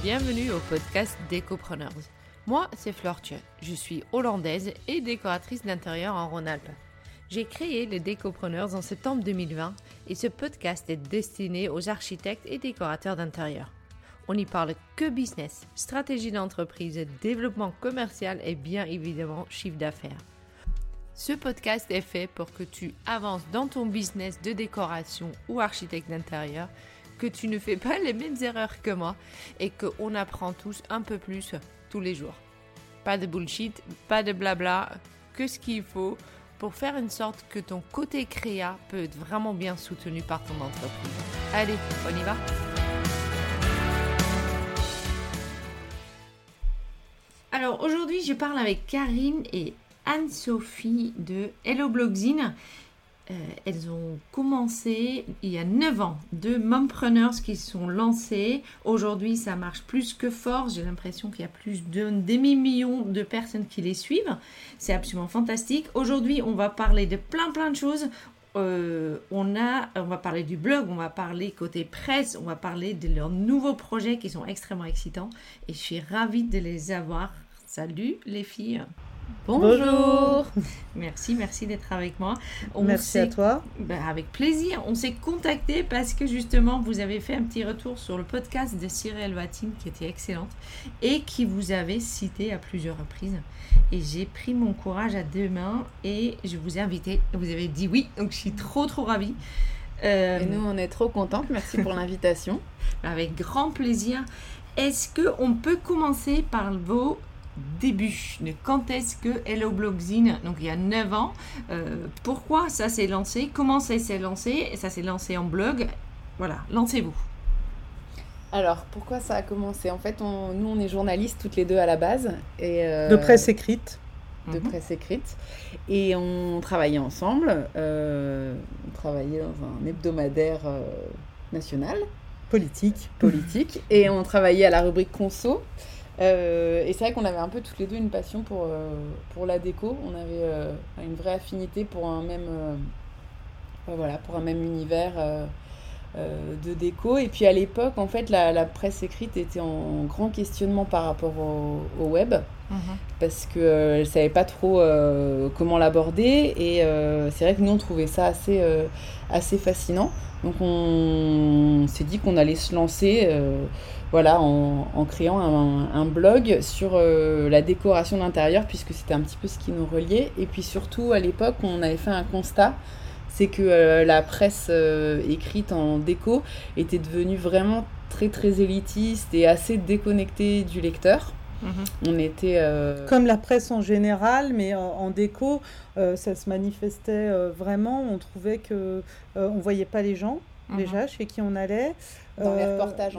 Bienvenue au podcast Décopreneurs. Moi, c'est Fleur Thieu. Je suis hollandaise et décoratrice d'intérieur en Rhône-Alpes. J'ai créé les Décopreneurs en septembre 2020 et ce podcast est destiné aux architectes et décorateurs d'intérieur. On n'y parle que business, stratégie d'entreprise, développement commercial et bien évidemment chiffre d'affaires. Ce podcast est fait pour que tu avances dans ton business de décoration ou architecte d'intérieur, que tu ne fais pas les mêmes erreurs que moi et qu'on apprend tous un peu plus tous les jours. Pas de bullshit, pas de blabla, que ce qu'il faut pour faire une sorte que ton côté créa peut être vraiment bien soutenu par ton entreprise. Allez, on y va ? Alors aujourd'hui, je parle avec Karine et Anne-Sophie de Hello Blogzine. Elles ont commencé il y a 9 ans, 2 mompreneurs qui se sont lancés. Aujourd'hui, ça marche plus que fort. J'ai l'impression qu'il y a plus d'un demi-million de personnes qui les suivent. C'est absolument fantastique. Aujourd'hui, on va parler de plein de choses. On va parler du blog, on va parler côté presse, on va parler de leurs nouveaux projets qui sont extrêmement excitants. Et je suis ravie de les avoir. Salut les filles. Bonjour. Merci d'être avec moi. Merci à toi. Avec plaisir. On s'est contacté parce que justement, vous avez fait un petit retour sur le podcast de Cyril Vatine qui était excellente et qui vous avait cité à plusieurs reprises. Et j'ai pris mon courage à 2 mains et je vous ai invité. Vous avez dit oui, donc je suis trop ravie. Et nous, on est trop contentes. Merci pour l'invitation. Avec grand plaisir. Est-ce qu'on peut commencer par vos début de quand est-ce que Hello Blogzine, donc il y a 9 ans, pourquoi ça s'est lancé, comment ça s'est lancé, ça s'est lancé en blog, voilà, lancez-vous. Alors, pourquoi ça a commencé ? En fait, nous, on est journalistes toutes les deux à la base. Et, de presse écrite. De presse écrite. Et on travaillait ensemble. On travaillait dans un hebdomadaire national. Politique. Et on travaillait à la rubrique Conso. Et c'est vrai qu'on avait un peu toutes les deux une passion pour la déco. On avait une vraie affinité pour un même univers de déco. Et puis à l'époque, en fait, la presse écrite était en grand questionnement par rapport au web, parce qu'elle ne savait pas trop comment l'aborder. Et c'est vrai que nous, on trouvait ça assez fascinant. Donc on s'est dit qu'on allait se lancer en créant un blog sur la décoration d'intérieur, puisque c'était un petit peu ce qui nous reliait. Et puis surtout, à l'époque, on avait fait un constat, c'est que la presse écrite en déco était devenue vraiment très élitiste et assez déconnectée du lecteur. On était comme la presse en général, mais en déco, ça se manifestait vraiment. On trouvait que on voyait pas les gens déjà chez qui on allait. Dans les reportages,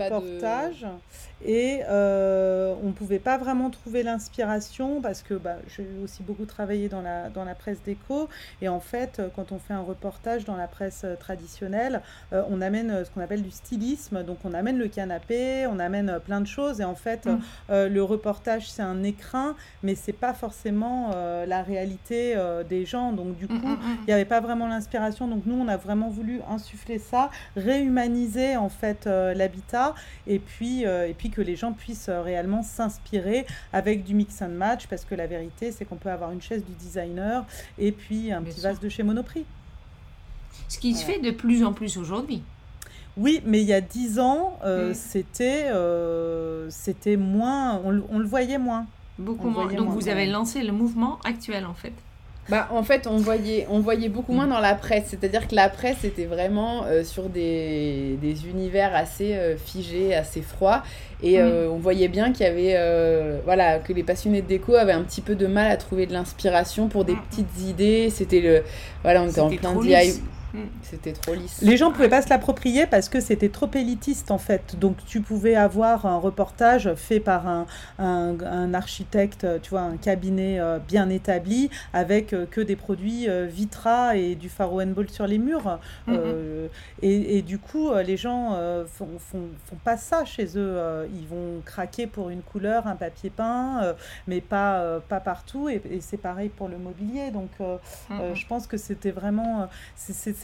Et on ne pouvait pas vraiment trouver l'inspiration parce que j'ai aussi beaucoup travaillé dans la presse déco. Et en fait, quand on fait un reportage dans la presse traditionnelle, on amène ce qu'on appelle du stylisme. Donc, on amène le canapé, on amène plein de choses. Et en fait, le reportage, c'est un écrin, mais ce n'est pas forcément la réalité des gens. Donc, du coup, il n'y avait pas vraiment l'inspiration. Donc, nous, on a vraiment voulu insuffler ça, réhumaniser en fait l'habitat et puis que les gens puissent réellement s'inspirer avec du mix and match, parce que la vérité c'est qu'on peut avoir une chaise du designer et puis un petit vase de chez Monoprix. Ce qui se fait de plus en plus aujourd'hui. Oui, mais il y a 10 ans, c'était moins, on le voyait moins. Beaucoup moins. Donc vous avez lancé le mouvement actuel en fait. En fait, on voyait beaucoup moins dans la presse. C'est-à-dire que la presse était vraiment sur des univers assez figés, assez froids. Et on voyait bien qu'il y avait... que les passionnés de déco avaient un petit peu de mal à trouver de l'inspiration pour des petites idées. C'était on était en plein DIY. C'était trop lisse. Les gens ne pouvaient pas se l'approprier parce que c'était trop élitiste en fait. Donc tu pouvais avoir un reportage fait par un architecte, tu vois, un cabinet bien établi avec que des produits Vitra et du Faro and Ball sur les murs. Et du coup, les gens font pas ça chez eux. Ils vont craquer pour une couleur, un papier peint, mais pas partout. Et c'est pareil pour le mobilier. Donc je pense que c'était vraiment... C'est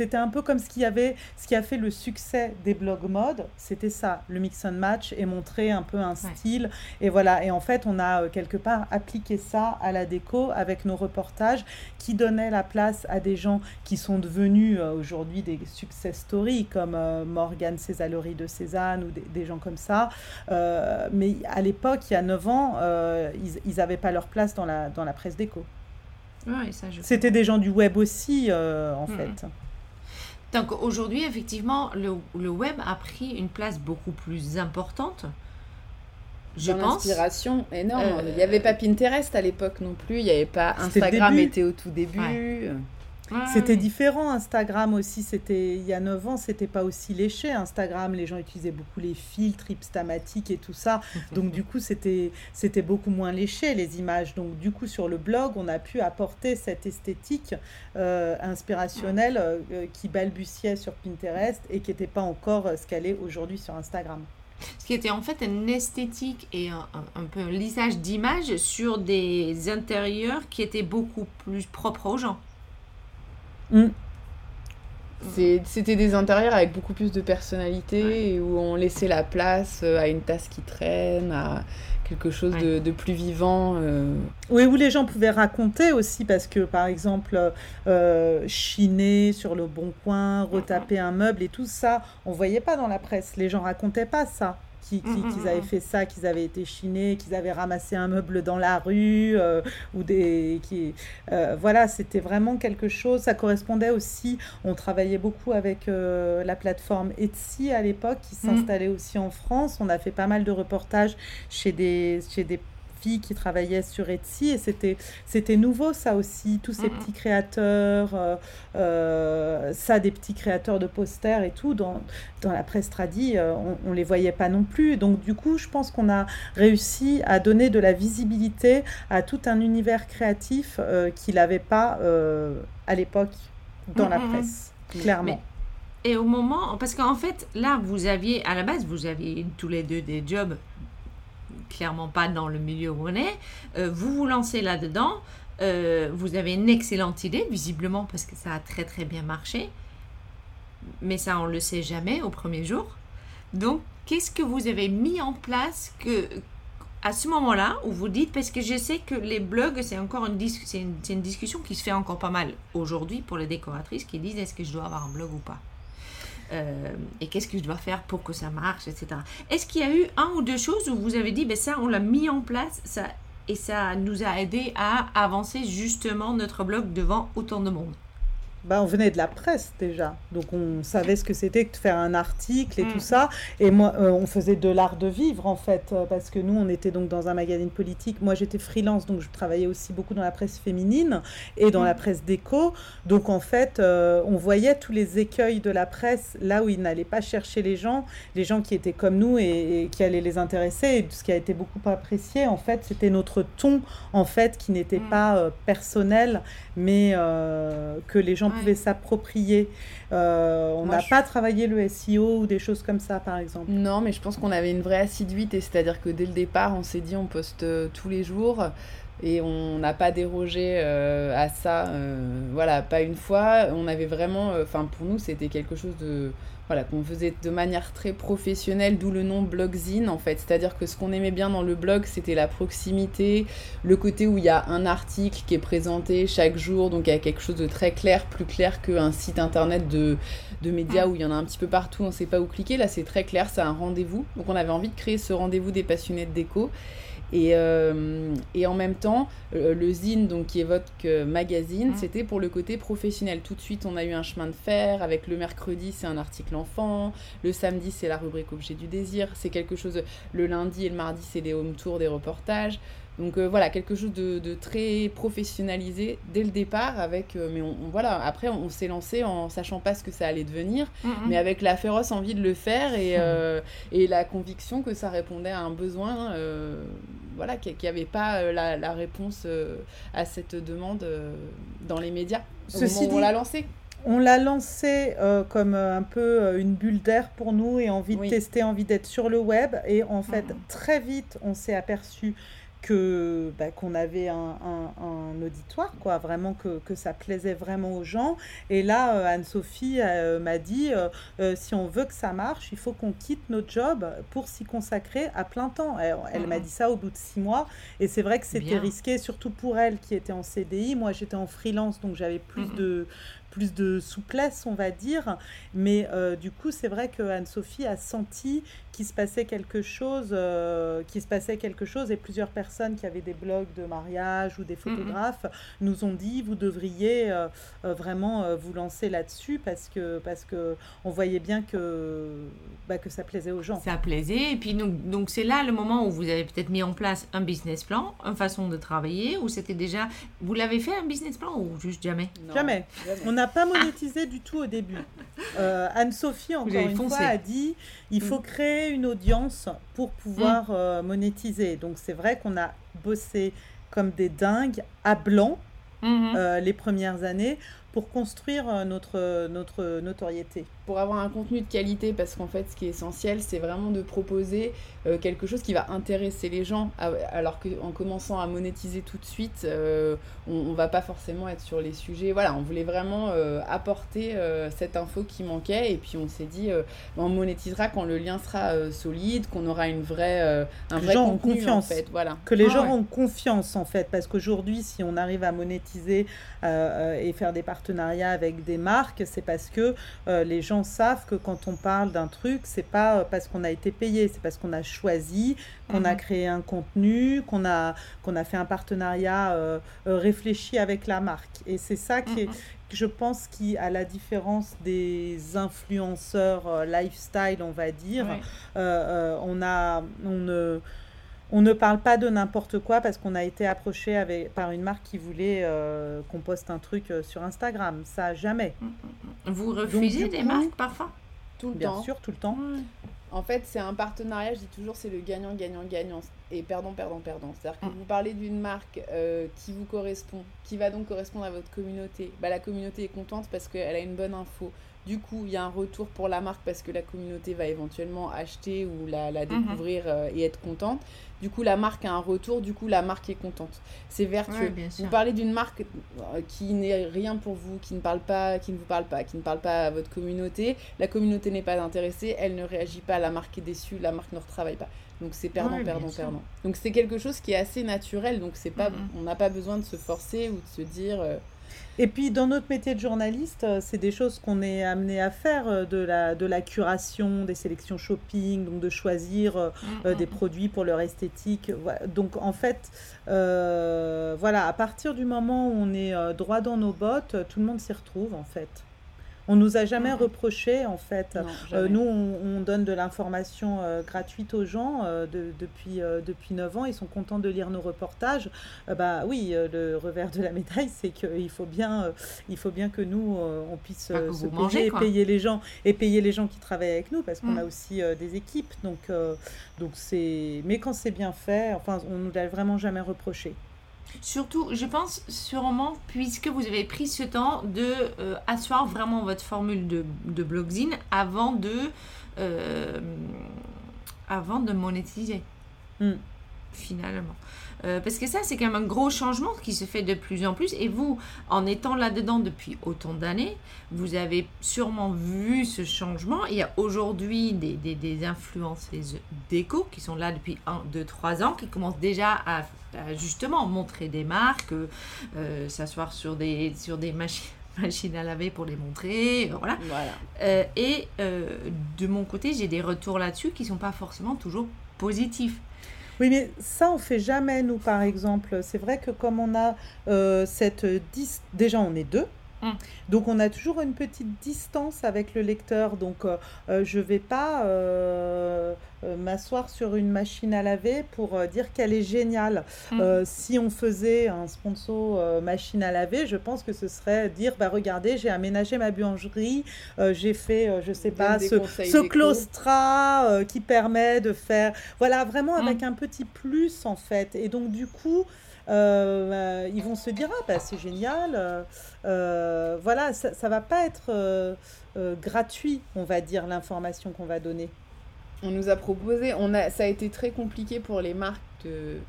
c'était un peu comme ce qui a fait le succès des blog mode, c'était ça, le mix and match, et montrer un peu un style. Et voilà, et en fait, on a quelque part appliqué ça à la déco avec nos reportages qui donnaient la place à des gens qui sont devenus aujourd'hui des success stories comme Morgane Césalerie de Cézanne ou des gens comme ça. Mais à l'époque, il y a 9 ans, ils n'avaient pas leur place dans la presse déco. Ouais, ça, c'était des gens du web aussi, en fait. Donc aujourd'hui, effectivement, le web a pris une place beaucoup plus importante. Je pense. L'inspiration énorme. Il n'y avait pas Pinterest à l'époque non plus. Il n'y avait pas Instagram, était au tout début. Ouais. C'était différent. Instagram aussi, il y a 9 ans, c'était pas aussi léché. Instagram, les gens utilisaient beaucoup les filtres, Hipstamatic et tout ça. Donc du coup, c'était beaucoup moins léché, les images. Donc du coup, sur le blog, on a pu apporter cette esthétique inspirationnelle qui balbutiait sur Pinterest et qui n'était pas encore ce qu'elle est aujourd'hui sur Instagram. Ce qui était en fait une esthétique et un peu un lissage d'images sur des intérieurs qui étaient beaucoup plus propres aux gens. C'était des intérieurs avec beaucoup plus de personnalité et où on laissait la place à une tasse qui traîne, à quelque chose de plus vivant. Oui, où les gens pouvaient raconter aussi, parce que par exemple, chiner sur le Bon Coin, retaper un meuble et tout ça, on ne voyait pas dans la presse. Les gens ne racontaient pas ça. Qu'ils avaient fait ça, qu'ils avaient été chinés, qu'ils avaient ramassé un meuble dans la rue, voilà, c'était vraiment quelque chose. Ça correspondait aussi, on travaillait beaucoup avec la plateforme Etsy à l'époque, qui s'installait aussi en France. On a fait pas mal de reportages chez des filles qui travaillaient sur Etsy, et c'était nouveau ça aussi, tous ces petits créateurs, des petits créateurs de posters et tout, dans la presse tradi, on les voyait pas non plus. Donc du coup, je pense qu'on a réussi à donner de la visibilité à tout un univers créatif qu'il n'avait pas à l'époque dans la presse, clairement. Et au moment, parce qu'en fait, là, à la base, vous aviez tous les deux des jobs clairement pas dans le milieu où on est, vous vous lancez là-dedans, vous avez une excellente idée, visiblement, parce que ça a très très bien marché, mais ça on le sait jamais au premier jour. Donc, qu'est-ce que vous avez mis en place à ce moment-là, où vous dites, parce que je sais que les blogs, c'est encore une discussion qui se fait encore pas mal aujourd'hui pour les décoratrices qui disent, est-ce que je dois avoir un blog ou pas ? Et qu'est-ce que je dois faire pour que ça marche, etc. Est-ce qu'il y a eu un ou deux choses où vous avez dit, ça, on l'a mis en place, et ça nous a aidé à avancer justement notre blog devant autant de monde ? On venait de la presse déjà, donc on savait ce que c'était que de faire un article et tout ça. Et moi, on faisait de l'art de vivre en fait, parce que nous, on était donc dans un magazine politique. Moi, j'étais freelance, donc je travaillais aussi beaucoup dans la presse féminine et dans la presse déco. Donc en fait, on voyait tous les écueils de la presse, là où ils n'allaient pas chercher les gens qui étaient comme nous et qui allaient les intéresser. Et ce qui a été beaucoup apprécié, en fait, c'était notre ton, en fait, qui n'était pas personnel, mais que les gens pouvaient s'approprier. On n'a pas travaillé le SEO ou des choses comme ça, par exemple. Non, mais je pense qu'on avait une vraie assiduité, c'est-à-dire que dès le départ, on s'est dit on poste tous les jours et on n'a pas dérogé à ça, pas une fois. On avait vraiment, pour nous, c'était quelque chose qu'on faisait de manière très professionnelle, d'où le nom Blogzine en fait. C'est-à-dire que ce qu'on aimait bien dans le blog, c'était la proximité, le côté où il y a un article qui est présenté chaque jour, donc il y a quelque chose de très clair, plus clair qu'un site internet de médias où il y en a un petit peu partout, on ne sait pas où cliquer. Là, c'est très clair, c'est un rendez-vous. Donc on avait envie de créer ce rendez-vous des passionnés de déco. Et en même temps, le zine, donc, qui est votre magazine, c'était pour le côté professionnel. Tout de suite, on a eu un chemin de fer. Avec le mercredi, c'est un article enfant. Le samedi, c'est la rubrique objet du désir. C'est quelque chose... Le lundi et le mardi, c'est des home tours, des reportages. Donc quelque chose de très professionnalisé dès le départ. Mais après, on s'est lancé en sachant pas ce que ça allait devenir, mais avec la féroce envie de le faire et la conviction que ça répondait à un besoin, qu'il n'y avait pas la réponse à cette demande dans les médias au moment où on l'a lancé. On l'a lancé comme un peu une bulle d'air pour nous et envie de tester, envie d'être sur le web. Et en fait, très vite, on s'est aperçu qu'on avait un auditoire, quoi, vraiment que ça plaisait vraiment aux gens. Et là, Anne-Sophie m'a dit, si on veut que ça marche, il faut qu'on quitte notre job pour s'y consacrer à plein temps. Elle m'a dit ça au bout de 6 mois. Et c'est vrai que c'était risqué, surtout pour elle qui était en CDI. Moi, j'étais en freelance, donc j'avais plus de souplesse, on va dire. Mais du coup, c'est vrai que Anne-Sophie a senti qu'il se passait quelque chose, et plusieurs personnes qui avaient des blogs de mariage ou des photographes nous ont dit, vous devriez vraiment vous lancer là-dessus parce que on voyait bien que ça plaisait aux gens. Ça plaisait, et puis donc c'est là le moment où vous avez peut-être mis en place un business plan, une façon de travailler, ou c'était déjà... Vous l'avez fait un business plan ou juste jamais? Non, jamais. On n'a pas monétisé du tout au début. Anne-Sophie, encore une fois, a dit, il faut créer une audience pour pouvoir monétiser. Donc c'est vrai qu'on a bossé comme des dingues à blanc les premières années pour construire notre notoriété. Pour avoir un contenu de qualité, parce qu'en fait, ce qui est essentiel, c'est vraiment de proposer quelque chose qui va intéresser les gens, alors qu'en commençant à monétiser tout de suite, on va pas forcément être sur les sujets. Voilà, on voulait vraiment apporter cette info qui manquait, et puis on s'est dit, on monétisera quand le lien sera solide, qu'on aura un vrai gens contenu, ont confiance, en fait. Voilà. Que les gens ont confiance, en fait, parce qu'aujourd'hui, si on arrive à monétiser et faire des partenariats avec des marques, c'est parce que les gens savent que quand on parle d'un truc, c'est pas parce qu'on a été payé, c'est parce qu'on a choisi, qu'on a créé un contenu, qu'on a fait un partenariat réfléchi avec la marque. Et c'est ça qui est, je pense, qui, à la différence des influenceurs lifestyle, on va dire, on ne parle pas de n'importe quoi parce qu'on a été approché par une marque qui voulait qu'on poste un truc sur Instagram. Ça, jamais. Vous refusez des marques parfois? Tout le temps. Bien sûr, tout le temps. En fait, c'est un partenariat, je dis toujours, c'est le gagnant-gagnant-gagnant et perdant-perdant-perdant. C'est-à-dire que vous parlez d'une marque qui vous correspond, qui va donc correspondre à votre communauté. La communauté est contente parce qu'elle a une bonne info. Du coup, il y a un retour pour la marque parce que la communauté va éventuellement acheter ou la découvrir et être contente. Du coup, la marque a un retour, du coup, la marque est contente. C'est vertueux. Vous parlez d'une marque qui n'est rien pour vous, qui ne vous parle pas, qui ne parle pas à votre communauté. La communauté n'est pas intéressée, elle ne réagit pas, la marque est déçue, la marque ne retravaille pas. Donc, c'est perdant. Donc, c'est quelque chose qui est assez naturel. Donc, c'est pas, on n'a pas besoin de se forcer ou de se dire... Et puis, dans notre métier de journaliste, c'est des choses qu'on est amené à faire, de la curation, des sélections shopping, donc de choisir des produits pour leur esthétique. Donc, en fait, voilà, à partir du moment où on est droit dans nos bottes, tout le monde s'y retrouve, en fait. On nous a jamais reproché, en fait. Non, nous, on donne de l'information gratuite aux gens depuis 9 ans. Ils sont contents de lire nos reportages. Oui, le revers de la médaille, c'est qu'il faut bien que nous, on puisse se payer payer les gens qui travaillent avec nous, parce qu'on a aussi des équipes. Donc c'est... Mais quand c'est bien fait, enfin, on nous l'a vraiment jamais reproché. Surtout, je pense sûrement, puisque vous avez pris ce temps de asseoir vraiment votre formule de blogzine avant de monétiser, finalement. Parce que ça, c'est quand même un gros changement qui se fait de plus en plus. Et vous, en étant là-dedans depuis autant d'années, vous avez sûrement vu ce changement. Il y a aujourd'hui des influenceuses déco qui sont là depuis 1, 2, 3 ans, qui commencent déjà à justement montrer des marques, s'asseoir sur des machines à laver pour les montrer, voilà. Et de mon côté, j'ai des retours là-dessus qui ne sont pas forcément toujours positifs. Oui, mais ça, on fait jamais, nous, par exemple. C'est vrai que comme on a déjà, on est 2. Donc, on a toujours une petite distance avec le lecteur. Donc, je ne vais pas m'asseoir sur une machine à laver pour dire qu'elle est géniale. Si on faisait un sponsor machine à laver, je pense que ce serait dire, regardez, j'ai aménagé ma buangerie, j'ai fait, je sais pas, ce claustra qui permet de faire... Voilà, vraiment avec un petit plus, en fait. Et donc, du coup... ils vont se dire c'est génial, voilà, ça va pas être gratuit, on va dire, l'information qu'on va donner. On nous a proposé, ça a été très compliqué pour les marques de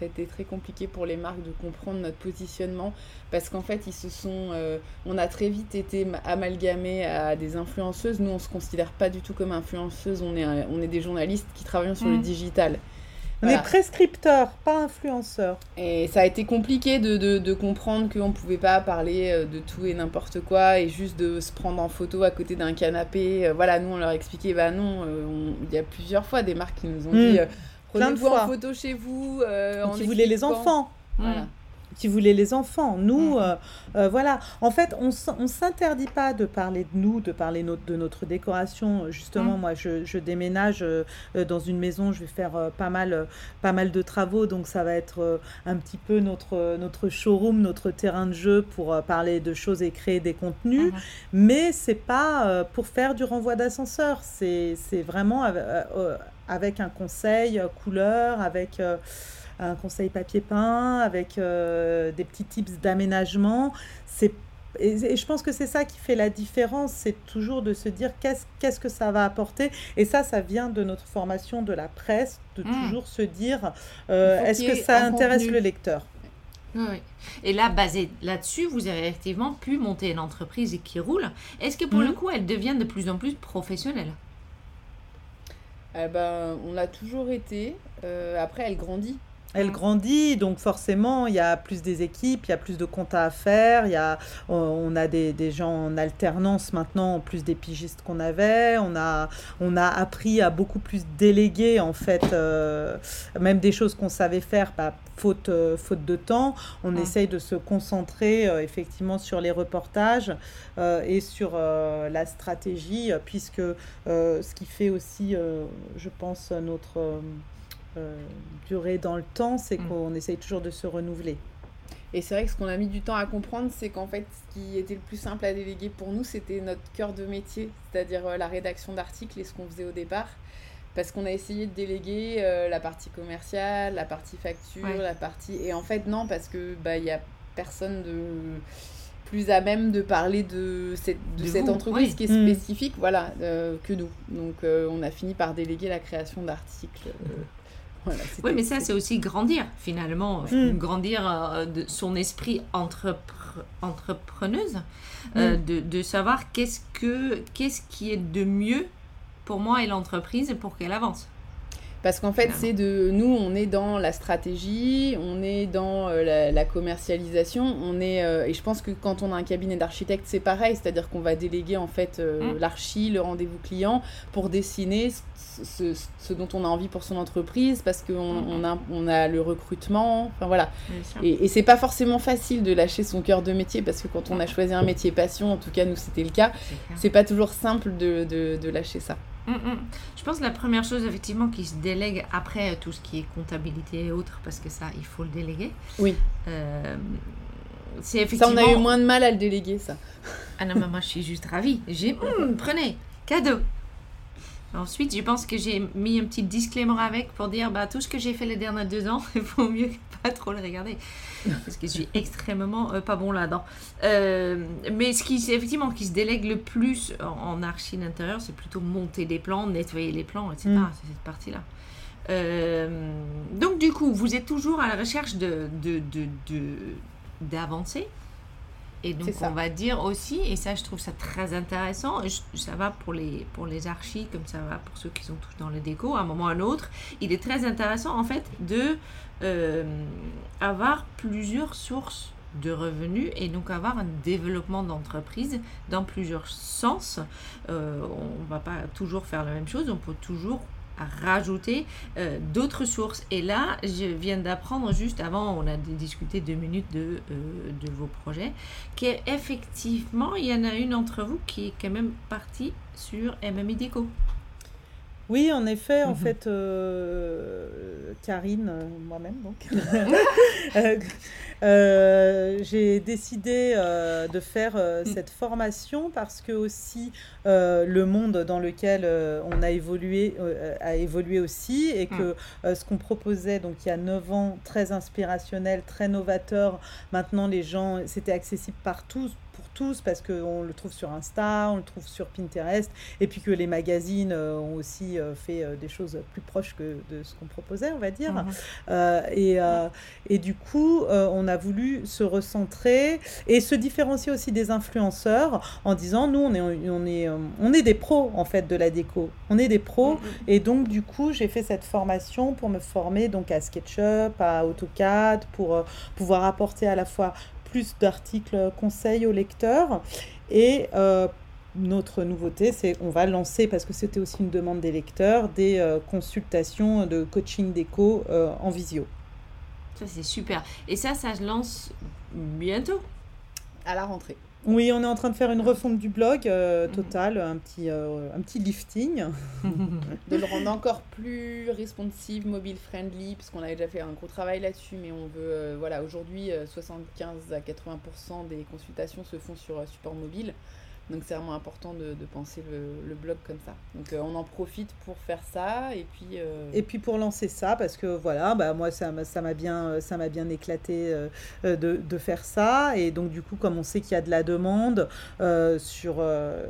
ça a été très compliqué pour les marques de comprendre notre positionnement parce qu'en fait, on a très vite été amalgamés à des influenceuses. Nous, on ne se considère pas du tout comme influenceuses, on est des journalistes qui travaillent sur le digital. On est prescripteurs, pas influenceurs. Et ça a été compliqué de comprendre qu'on ne pouvait pas parler de tout et n'importe quoi et juste de se prendre en photo à côté d'un canapé. Voilà, nous, on leur expliquait, non, il y a plusieurs fois des marques qui nous ont dit prenez-vous en photo chez vous. Qui voulaient les enfants. Voilà. Qui voulaient les enfants. Nous, voilà. En fait, on ne s'interdit pas de parler de nous, de parler de notre décoration. Justement, moi, je déménage dans une maison, je vais faire pas mal de travaux, donc ça va être un petit peu notre showroom, notre terrain de jeu pour parler de choses et créer des contenus. Mais c'est pas pour faire du renvoi d'ascenseur. C'est vraiment avec un conseil couleur, avec... un conseil papier peint, avec des petits tips d'aménagement. Et je pense que c'est ça qui fait la différence, c'est toujours de se dire qu'est-ce que ça va apporter. Et ça vient de notre formation de la presse, de toujours se dire est-ce que ça intéresse le lecteur ? Oui. Et là, basé là-dessus, vous avez effectivement pu monter une entreprise qui roule. Est-ce que pour le coup, elle devient de plus en plus professionnelle ? On l'a toujours été. Après, elle grandit. Elle grandit, donc forcément, il y a plus des équipes, il y a plus de comptes à faire, on a des gens en alternance maintenant, en plus des pigistes qu'on avait. On a appris à beaucoup plus déléguer, en fait, même des choses qu'on savait faire, faute de temps. On essaye de se concentrer, effectivement, sur les reportages et sur la stratégie, puisque ce qui fait aussi, je pense, notre... durée dans le temps, c'est qu'on essaye toujours de se renouveler. Et c'est vrai que ce qu'on a mis du temps à comprendre, c'est qu'en fait, ce qui était le plus simple à déléguer pour nous, c'était notre cœur de métier, c'est-à-dire la rédaction d'articles et ce qu'on faisait au départ. Parce qu'on a essayé de déléguer la partie commerciale, la partie facture, la partie... Et en fait, non, parce que y a personne de plus à même de parler de cette entreprise qui est spécifique, que nous. Donc, on a fini par déléguer la création d'articles. Voilà, mais ça, c'est aussi grandir, finalement. Grandir de son esprit entrepreneuse, de savoir qu'est-ce qui est de mieux pour moi et l'entreprise pour qu'elle avance. Parce qu'en fait, nous, on est dans la stratégie, on est dans la commercialisation, et je pense que quand on a un cabinet d'architecte, c'est pareil, c'est-à-dire qu'on va déléguer en fait l'archi, le rendez-vous client pour dessiner ce dont on a envie pour son entreprise, parce qu'on a le recrutement, enfin voilà. Et c'est pas forcément facile de lâcher son cœur de métier, parce que quand on a choisi un métier passion, en tout cas nous c'était le cas, c'est pas toujours simple de lâcher ça. Je pense que la première chose effectivement qui se délègue après tout ce qui est comptabilité et autres, parce que ça il faut le déléguer. Oui. C'est effectivement... Ça on a eu moins de mal à le déléguer, ça. Ah non, mais moi je suis juste ravie. Prenez, cadeau. Ensuite, je pense que j'ai mis un petit disclaimer avec pour dire tout ce que j'ai fait les derniers 2 ans, il vaut mieux pas trop le regarder. Parce que je suis extrêmement pas bon là-dedans. Mais ce qui se délègue le plus en archi d'intérieur, c'est plutôt monter des plans, nettoyer les plans, etc. C'est cette partie-là. Donc du coup, vous êtes toujours à la recherche d'avancer. Et donc on va dire aussi, et ça je trouve ça très intéressant, ça va pour les archis comme ça va pour ceux qui sont tous dans le déco à un moment ou à un autre, il est très intéressant en fait de avoir plusieurs sources de revenus et donc avoir un développement d'entreprise dans plusieurs sens. On va pas toujours faire la même chose, on peut toujours rajouter d'autres sources. Et là, je viens d'apprendre juste avant, on a discuté 2 minutes de vos projets, qu'effectivement, il y en a une d'entre vous qui est quand même partie sur MMI Déco. Oui, en effet, en fait, Karine, moi-même, donc, j'ai décidé de faire cette formation parce que aussi le monde dans lequel on a évolué aussi et que ce qu'on proposait, donc il y a 9 ans, très inspirationnel, très novateur, maintenant les gens, c'était accessible partout, pour tous parce qu'on le trouve sur Insta, on le trouve sur Pinterest, et puis que les magazines ont aussi fait des choses plus proches que de ce qu'on proposait, on va dire. Et du coup, on a voulu se recentrer et se différencier aussi des influenceurs en disant, nous, on est des pros, en fait, de la déco. On est des pros. Et donc, du coup, j'ai fait cette formation pour me former donc, à SketchUp, à AutoCAD, pour pouvoir apporter à la fois plus d'articles conseils aux lecteurs. Et notre nouveauté, c'est on va lancer, parce que c'était aussi une demande des lecteurs, des consultations de coaching déco en visio. Ça, c'est super. Et ça se lance bientôt. À la rentrée. Oui, on est en train de faire une refonte du blog total, un petit lifting. De le rendre encore plus responsive, mobile friendly, parce qu'on avait déjà fait un gros travail là-dessus, mais on veut, aujourd'hui, 75 à 80% des consultations se font sur support mobile. Donc c'est vraiment important de penser le blog comme ça. Donc on en profite pour faire ça et puis pour lancer ça, parce que voilà, moi ça m'a bien éclaté de faire ça. Et donc du coup, comme on sait qu'il y a de la demande sur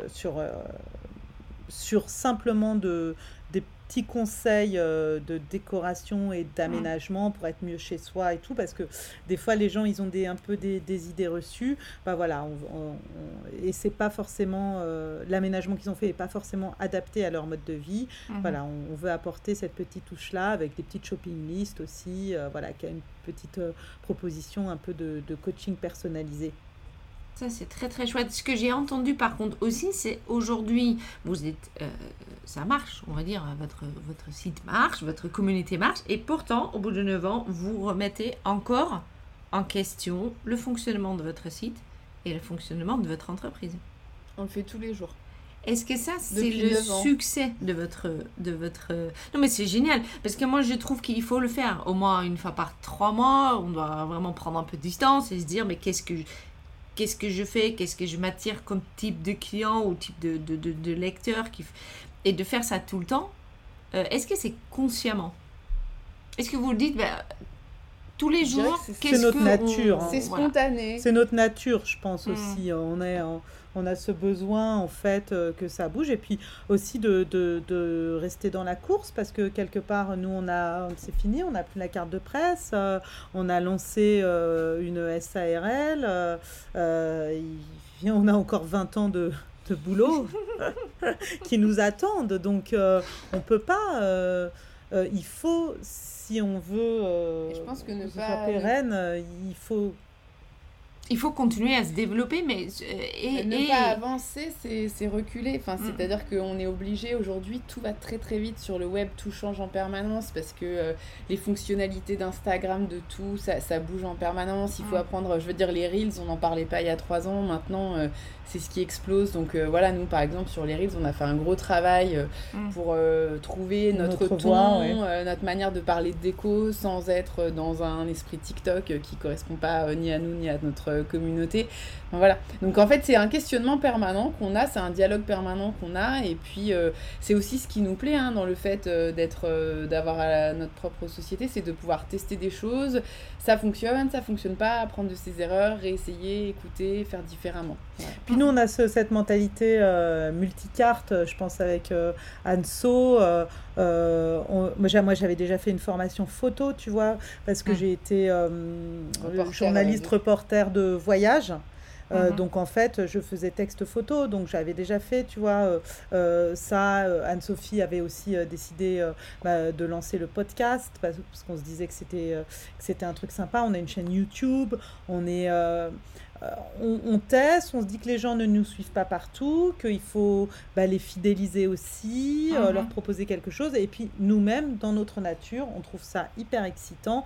simplement des petits conseils de décoration et d'aménagement pour être mieux chez soi et tout, parce que des fois les gens ils ont un peu des idées reçues, voilà, et c'est pas forcément l'aménagement qu'ils ont fait est pas forcément adapté à leur mode de vie. Voilà, on veut apporter cette petite touche là avec des petites shopping lists aussi, qui a une petite proposition un peu de coaching personnalisé. Ça, c'est très, très chouette. Ce que j'ai entendu, par contre, aussi, c'est aujourd'hui, vous êtes... ça marche, on va dire, votre site marche, votre communauté marche, et pourtant, au bout de 9 ans, vous remettez encore en question le fonctionnement de votre site et le fonctionnement de votre entreprise. On le fait tous les jours. Est-ce que ça, c'est le succès de votre... Non, mais c'est génial, parce que moi, je trouve qu'il faut le faire. Au moins, une fois par 3 mois, on doit vraiment prendre un peu de distance et se dire, mais qu'est-ce que je fais, qu'est-ce que je m'attire comme type de client ou type de lecteur et de faire ça tout le temps. Est-ce que c'est consciemment? Est-ce que vous le dites tous les jours? C'est notre nature. C'est spontané. Voilà. C'est notre nature, je pense aussi. On a ce besoin en fait que ça bouge, et puis aussi de rester dans la course, parce que quelque part nous c'est fini, on n'a plus la carte de presse, on a lancé une SARL, on a encore 20 ans de boulot qui nous attendent, donc on peut pas, il faut, si on veut je pense que ce soit pérenne, il faut continuer à se développer, mais ne pas avancer, c'est reculer. Enfin, c'est-à-dire qu'on est obligé aujourd'hui, tout va très très vite sur le web, tout change en permanence, parce que les fonctionnalités d'Instagram, de tout, ça bouge en permanence. Il faut apprendre, je veux dire, les Reels, on n'en parlait pas il y a 3 ans, maintenant c'est ce qui explose. Donc voilà, nous par exemple sur les Reels, on a fait un gros travail pour trouver notre ton, voix, notre manière de parler de déco, sans être dans un esprit TikTok qui correspond pas ni à nous ni à notre communauté. Enfin, voilà. Donc en fait c'est un questionnement permanent qu'on a, c'est un dialogue permanent qu'on a, et puis c'est aussi ce qui nous plaît dans le fait d'avoir notre propre société, c'est de pouvoir tester des choses, ça fonctionne pas, apprendre de ses erreurs, réessayer, écouter, faire différemment. Voilà. Puis nous on a cette mentalité multicarte, je pense avec Anso, moi j'avais déjà fait une formation photo, tu vois, parce que j'ai été journaliste reporter de voyage. Donc en fait je faisais texte photo, donc j'avais déjà fait, tu vois, ça. Anne-Sophie avait aussi décidé de lancer le podcast, parce qu'on se disait que c'était un truc sympa. On a une chaîne YouTube, on teste, on se dit que les gens ne nous suivent pas partout, qu'il faut les fidéliser aussi, leur proposer quelque chose, et puis nous-mêmes dans notre nature on trouve ça hyper excitant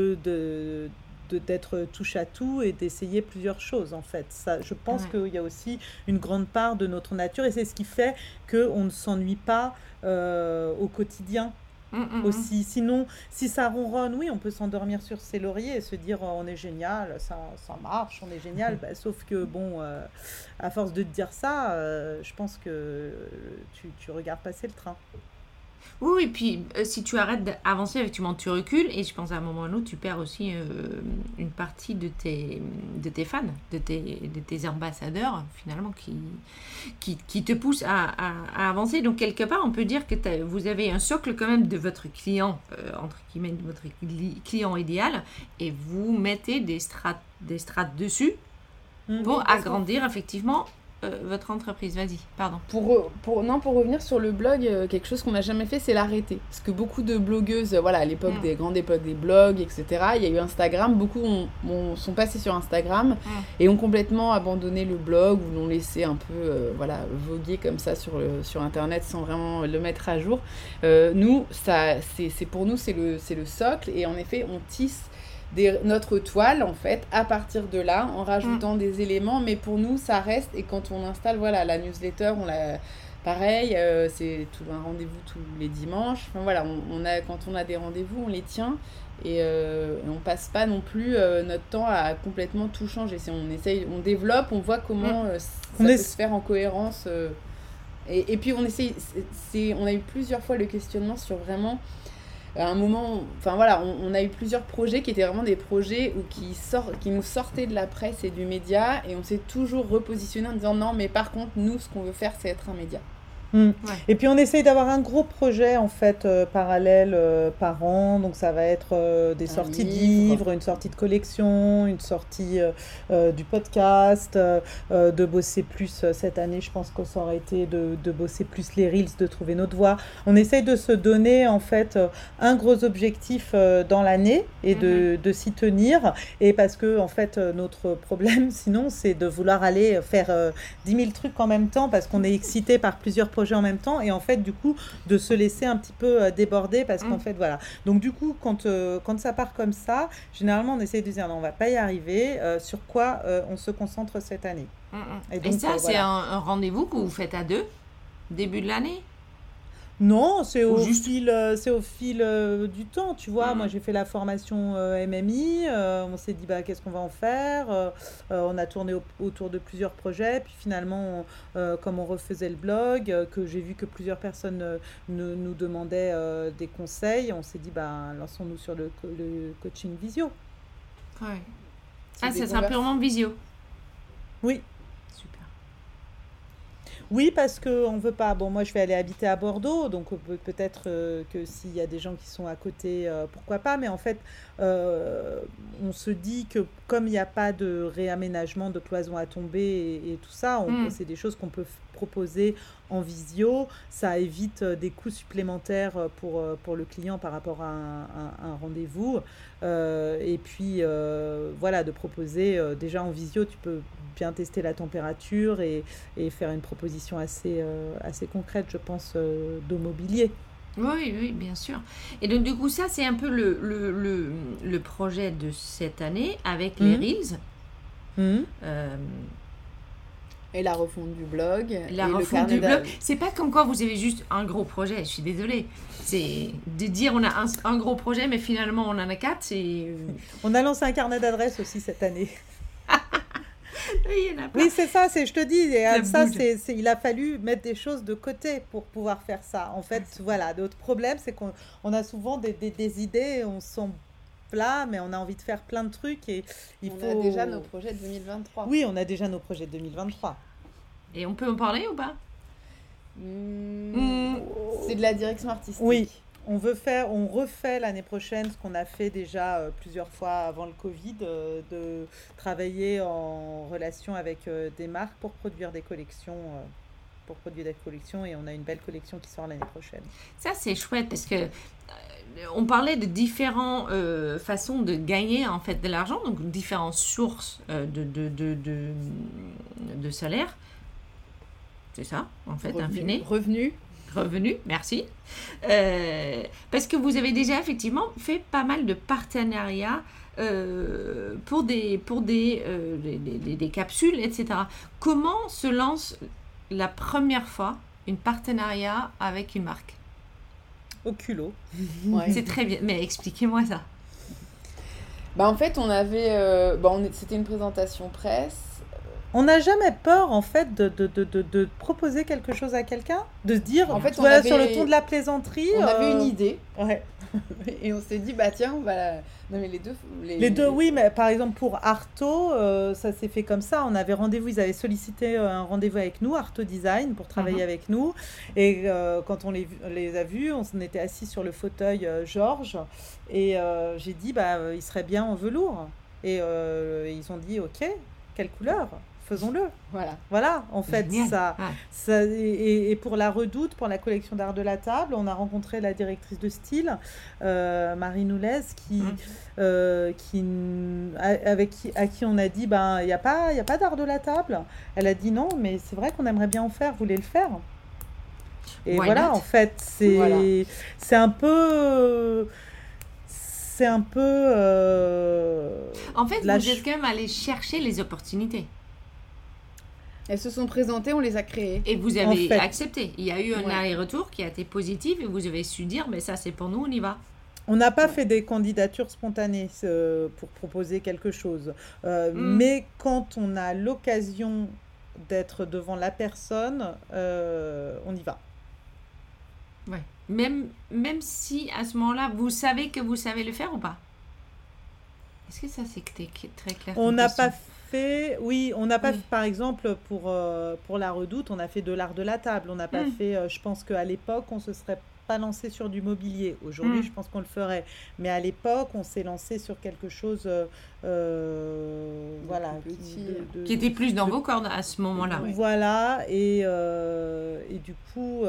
d'être touche à tout et d'essayer plusieurs choses en fait. Ça, je pense qu'il y a aussi une grande part de notre nature, et c'est ce qui fait qu'on ne s'ennuie pas au quotidien. Aussi, sinon si ça ronronne, oui, on peut s'endormir sur ses lauriers et se dire on est génial, ça marche, on est génial, sauf que bon, à force de te dire ça, je pense que tu regardes passer le train. Oui, et puis si tu arrêtes d'avancer, effectivement, tu recules et je pense à un moment ou à un autre, tu perds aussi une partie de tes fans, de tes ambassadeurs, finalement, qui te poussent à avancer. Donc, quelque part, on peut dire que vous avez un socle quand même de votre client, entre guillemets, de votre client idéal, et vous mettez des strates dessus pour agrandir, effectivement, votre entreprise. Vas-y, pardon. Pour revenir sur le blog, quelque chose qu'on n'a jamais fait, c'est l'arrêter. Parce que beaucoup de blogueuses, voilà, à l'époque des grandes époques des blogs, etc., il y a eu Instagram, beaucoup sont passés sur Instagram et ont complètement abandonné le blog ou l'ont laissé un peu voguer comme ça sur Internet sans vraiment le mettre à jour. Nous, pour nous, c'est le socle et en effet, on tisse notre toile en fait à partir de là en rajoutant des éléments, mais pour nous ça reste. Et quand on installe la newsletter, pareil, c'est un rendez-vous tous les dimanches, enfin voilà, quand on a des rendez-vous on les tient et on passe pas non plus notre temps à complètement tout changer. On développe, on voit comment ça peut se faire en cohérence et puis on essaye, on a eu plusieurs fois le questionnement sur vraiment à un moment, enfin voilà, on a eu plusieurs projets qui étaient vraiment des projets qui nous sortaient de la presse et du média, et on s'est toujours repositionné en disant non, mais par contre, nous, ce qu'on veut faire, c'est être un média. Ouais. Et puis on essaye d'avoir un gros projet en fait parallèle par an, donc ça va être des sorties de livres, une sortie de collection, une sortie du podcast, de bosser plus cette année. Je pense que ça aurait été de bosser plus les reels, de trouver notre voie. On essaye de se donner en fait un gros objectif dans l'année et de s'y tenir, et parce que en fait notre problème sinon c'est de vouloir aller faire 10 000 trucs en même temps parce qu'on est excité par plusieurs projets en même temps, et en fait du coup de se laisser un petit peu déborder parce qu'en fait voilà, donc du coup quand ça part comme ça, généralement on essaie de dire non, on va pas y arriver, sur quoi on se concentre cette année. Et donc, ça c'est un rendez-vous que vous faites à deux début de l'année? Non, c'est au fil du temps, tu vois. Moi, j'ai fait la formation MMI, on s'est dit, qu'est-ce qu'on va en faire, on a tourné autour de plusieurs projets, puis finalement, comme on refaisait le blog, que j'ai vu que plusieurs personnes nous demandaient des conseils, on s'est dit, lançons-nous sur le coaching visio. Ouais. Ça sera purement visio? Oui. Oui, parce qu'on ne veut pas... Bon, moi, je vais aller habiter à Bordeaux, donc peut-être que s'il y a des gens qui sont à côté, pourquoi pas. Mais en fait, on se dit que comme il n'y a pas de réaménagement de cloison à tomber et tout ça, c'est des choses qu'on peut proposer en visio. Ça évite des coûts supplémentaires pour le client par rapport à un rendez-vous. Et puis, voilà, de proposer... déjà en visio, tu peux bien tester la température et faire une proposition assez concrète, je pense, de mobilier. Oui, bien sûr. Et donc, du coup, ça, c'est un peu le projet de cette année avec les Reels. Et la refonte du blog. La refonte du blog. C'est pas comme quoi vous avez juste un gros projet, je suis désolée. C'est de dire on a un gros projet, mais finalement on en a 4. On a lancé un carnet d'adresses aussi cette année. Oui, c'est ça, je te dis, il a fallu mettre des choses de côté pour pouvoir faire ça. En fait, voilà, notre problème, c'est qu'on a souvent des idées, on se sent plat, mais on a envie de faire plein de trucs et on a déjà nos projets de 2023. Oui, on a déjà nos projets de 2023. Et on peut en parler ou pas? C'est de la direction artistique. Oui. On refait l'année prochaine ce qu'on a fait déjà plusieurs fois avant le Covid, de travailler en relation avec des marques pour produire des collections. Et on a une belle collection qui sort l'année prochaine. Ça, c'est chouette parce que on parlait de différentes façons de gagner en fait de l'argent, donc différentes sources de salaire. C'est ça, en fait, Revenu, merci. Parce que vous avez déjà effectivement fait pas mal de partenariats pour des capsules, etc. Comment se lance la première fois un partenariat avec une marque? Au culot. Ouais. C'est très bien, mais expliquez-moi ça. En fait, on avait... c'était une présentation presse. On n'a jamais peur, en fait, de proposer quelque chose à quelqu'un, de se dire, En fait, on voilà, avait- sur le ton de la plaisanterie. On avait une idée Ouais. et on s'est dit, bah tiens, on va... Non mais Les deux, oui, mais par exemple pour Arto, ça s'est fait comme ça. On avait rendez-vous, ils avaient sollicité un rendez-vous avec nous, Arto Design, pour travailler avec nous. Et quand on les a vus, on s'en était assis sur le fauteuil Georges. Et j'ai dit, il serait bien en velours. Et ils ont dit, ok, quelle couleur? Faisons-le. Voilà. Voilà, en fait, Génial. et pour la Redoute, pour la collection d'art de la table, on a rencontré la directrice de style, Marie Noulez, à qui on a dit, il n'y a pas d'art de la table. Elle a dit non, mais c'est vrai qu'on aimerait bien en faire, vous voulez le faire? Et Why voilà, not? en fait, c'est un peu... C'est un peu... En fait, la vous êtes quand même allé chercher les opportunités. Elles se sont présentées, on les a créées. Et vous avez En fait. accepté. Il y a eu un Ouais. aller-retour qui a été positif et vous avez su dire, mais ça c'est pour nous, on y va. On n'a pas fait des candidatures spontanées pour proposer quelque chose. Mais quand on a l'occasion d'être devant la personne, on y va. Ouais. Même si à ce moment-là, vous savez que vous savez le faire ou pas? Est-ce que ça c'est très clair? On comme n'a question? pas fait, oui, on n'a pas Oui. fait, par exemple, pour la Redoute, on a fait de l'art de la table. On n'a pas fait, je pense qu'à l'époque, on se serait pas lancé sur du mobilier. Aujourd'hui, je pense qu'on le ferait. Mais à l'époque, on s'est lancé sur quelque chose, voilà, plus petit. Qui était plus dans vos cordes à ce moment-là. Ouais. Voilà, et du coup,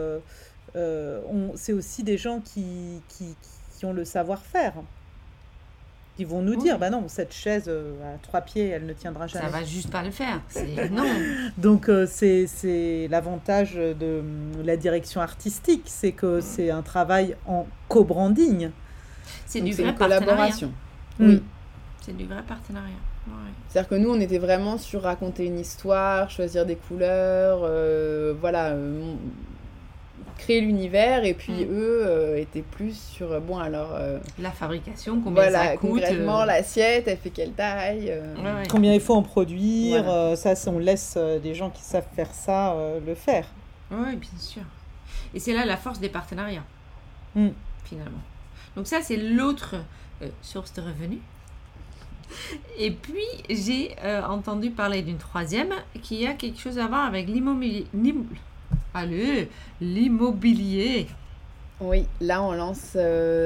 c'est aussi des gens qui ont le savoir-faire. Ils vont nous dire, bah non, cette chaise à 3 pieds, elle ne tiendra Ça jamais. va juste pas le faire. Non. Donc, c'est l'avantage de la direction artistique, c'est que c'est un travail en co-branding. C'est Donc, du c'est vrai une partenariat. collaboration. Mm. Oui. C'est du vrai partenariat. Ouais. C'est-à-dire que nous, on était vraiment sur raconter une histoire, choisir des couleurs, voilà, créer l'univers. Et puis eux étaient plus sur, bon alors, La fabrication, combien voilà, ça coûte. concrètement, l'assiette, elle fait quelle taille Ouais. Combien il faut en produire, Voilà. on laisse des gens qui savent faire ça le faire. Oui, bien sûr. Et c'est là la force des partenariats, Mm. finalement. Donc ça, c'est l'autre source de revenus. Et puis, j'ai entendu parler d'une troisième qui a quelque chose à voir avec l'immobilier. Allez, l'immobilier. Oui, là on lance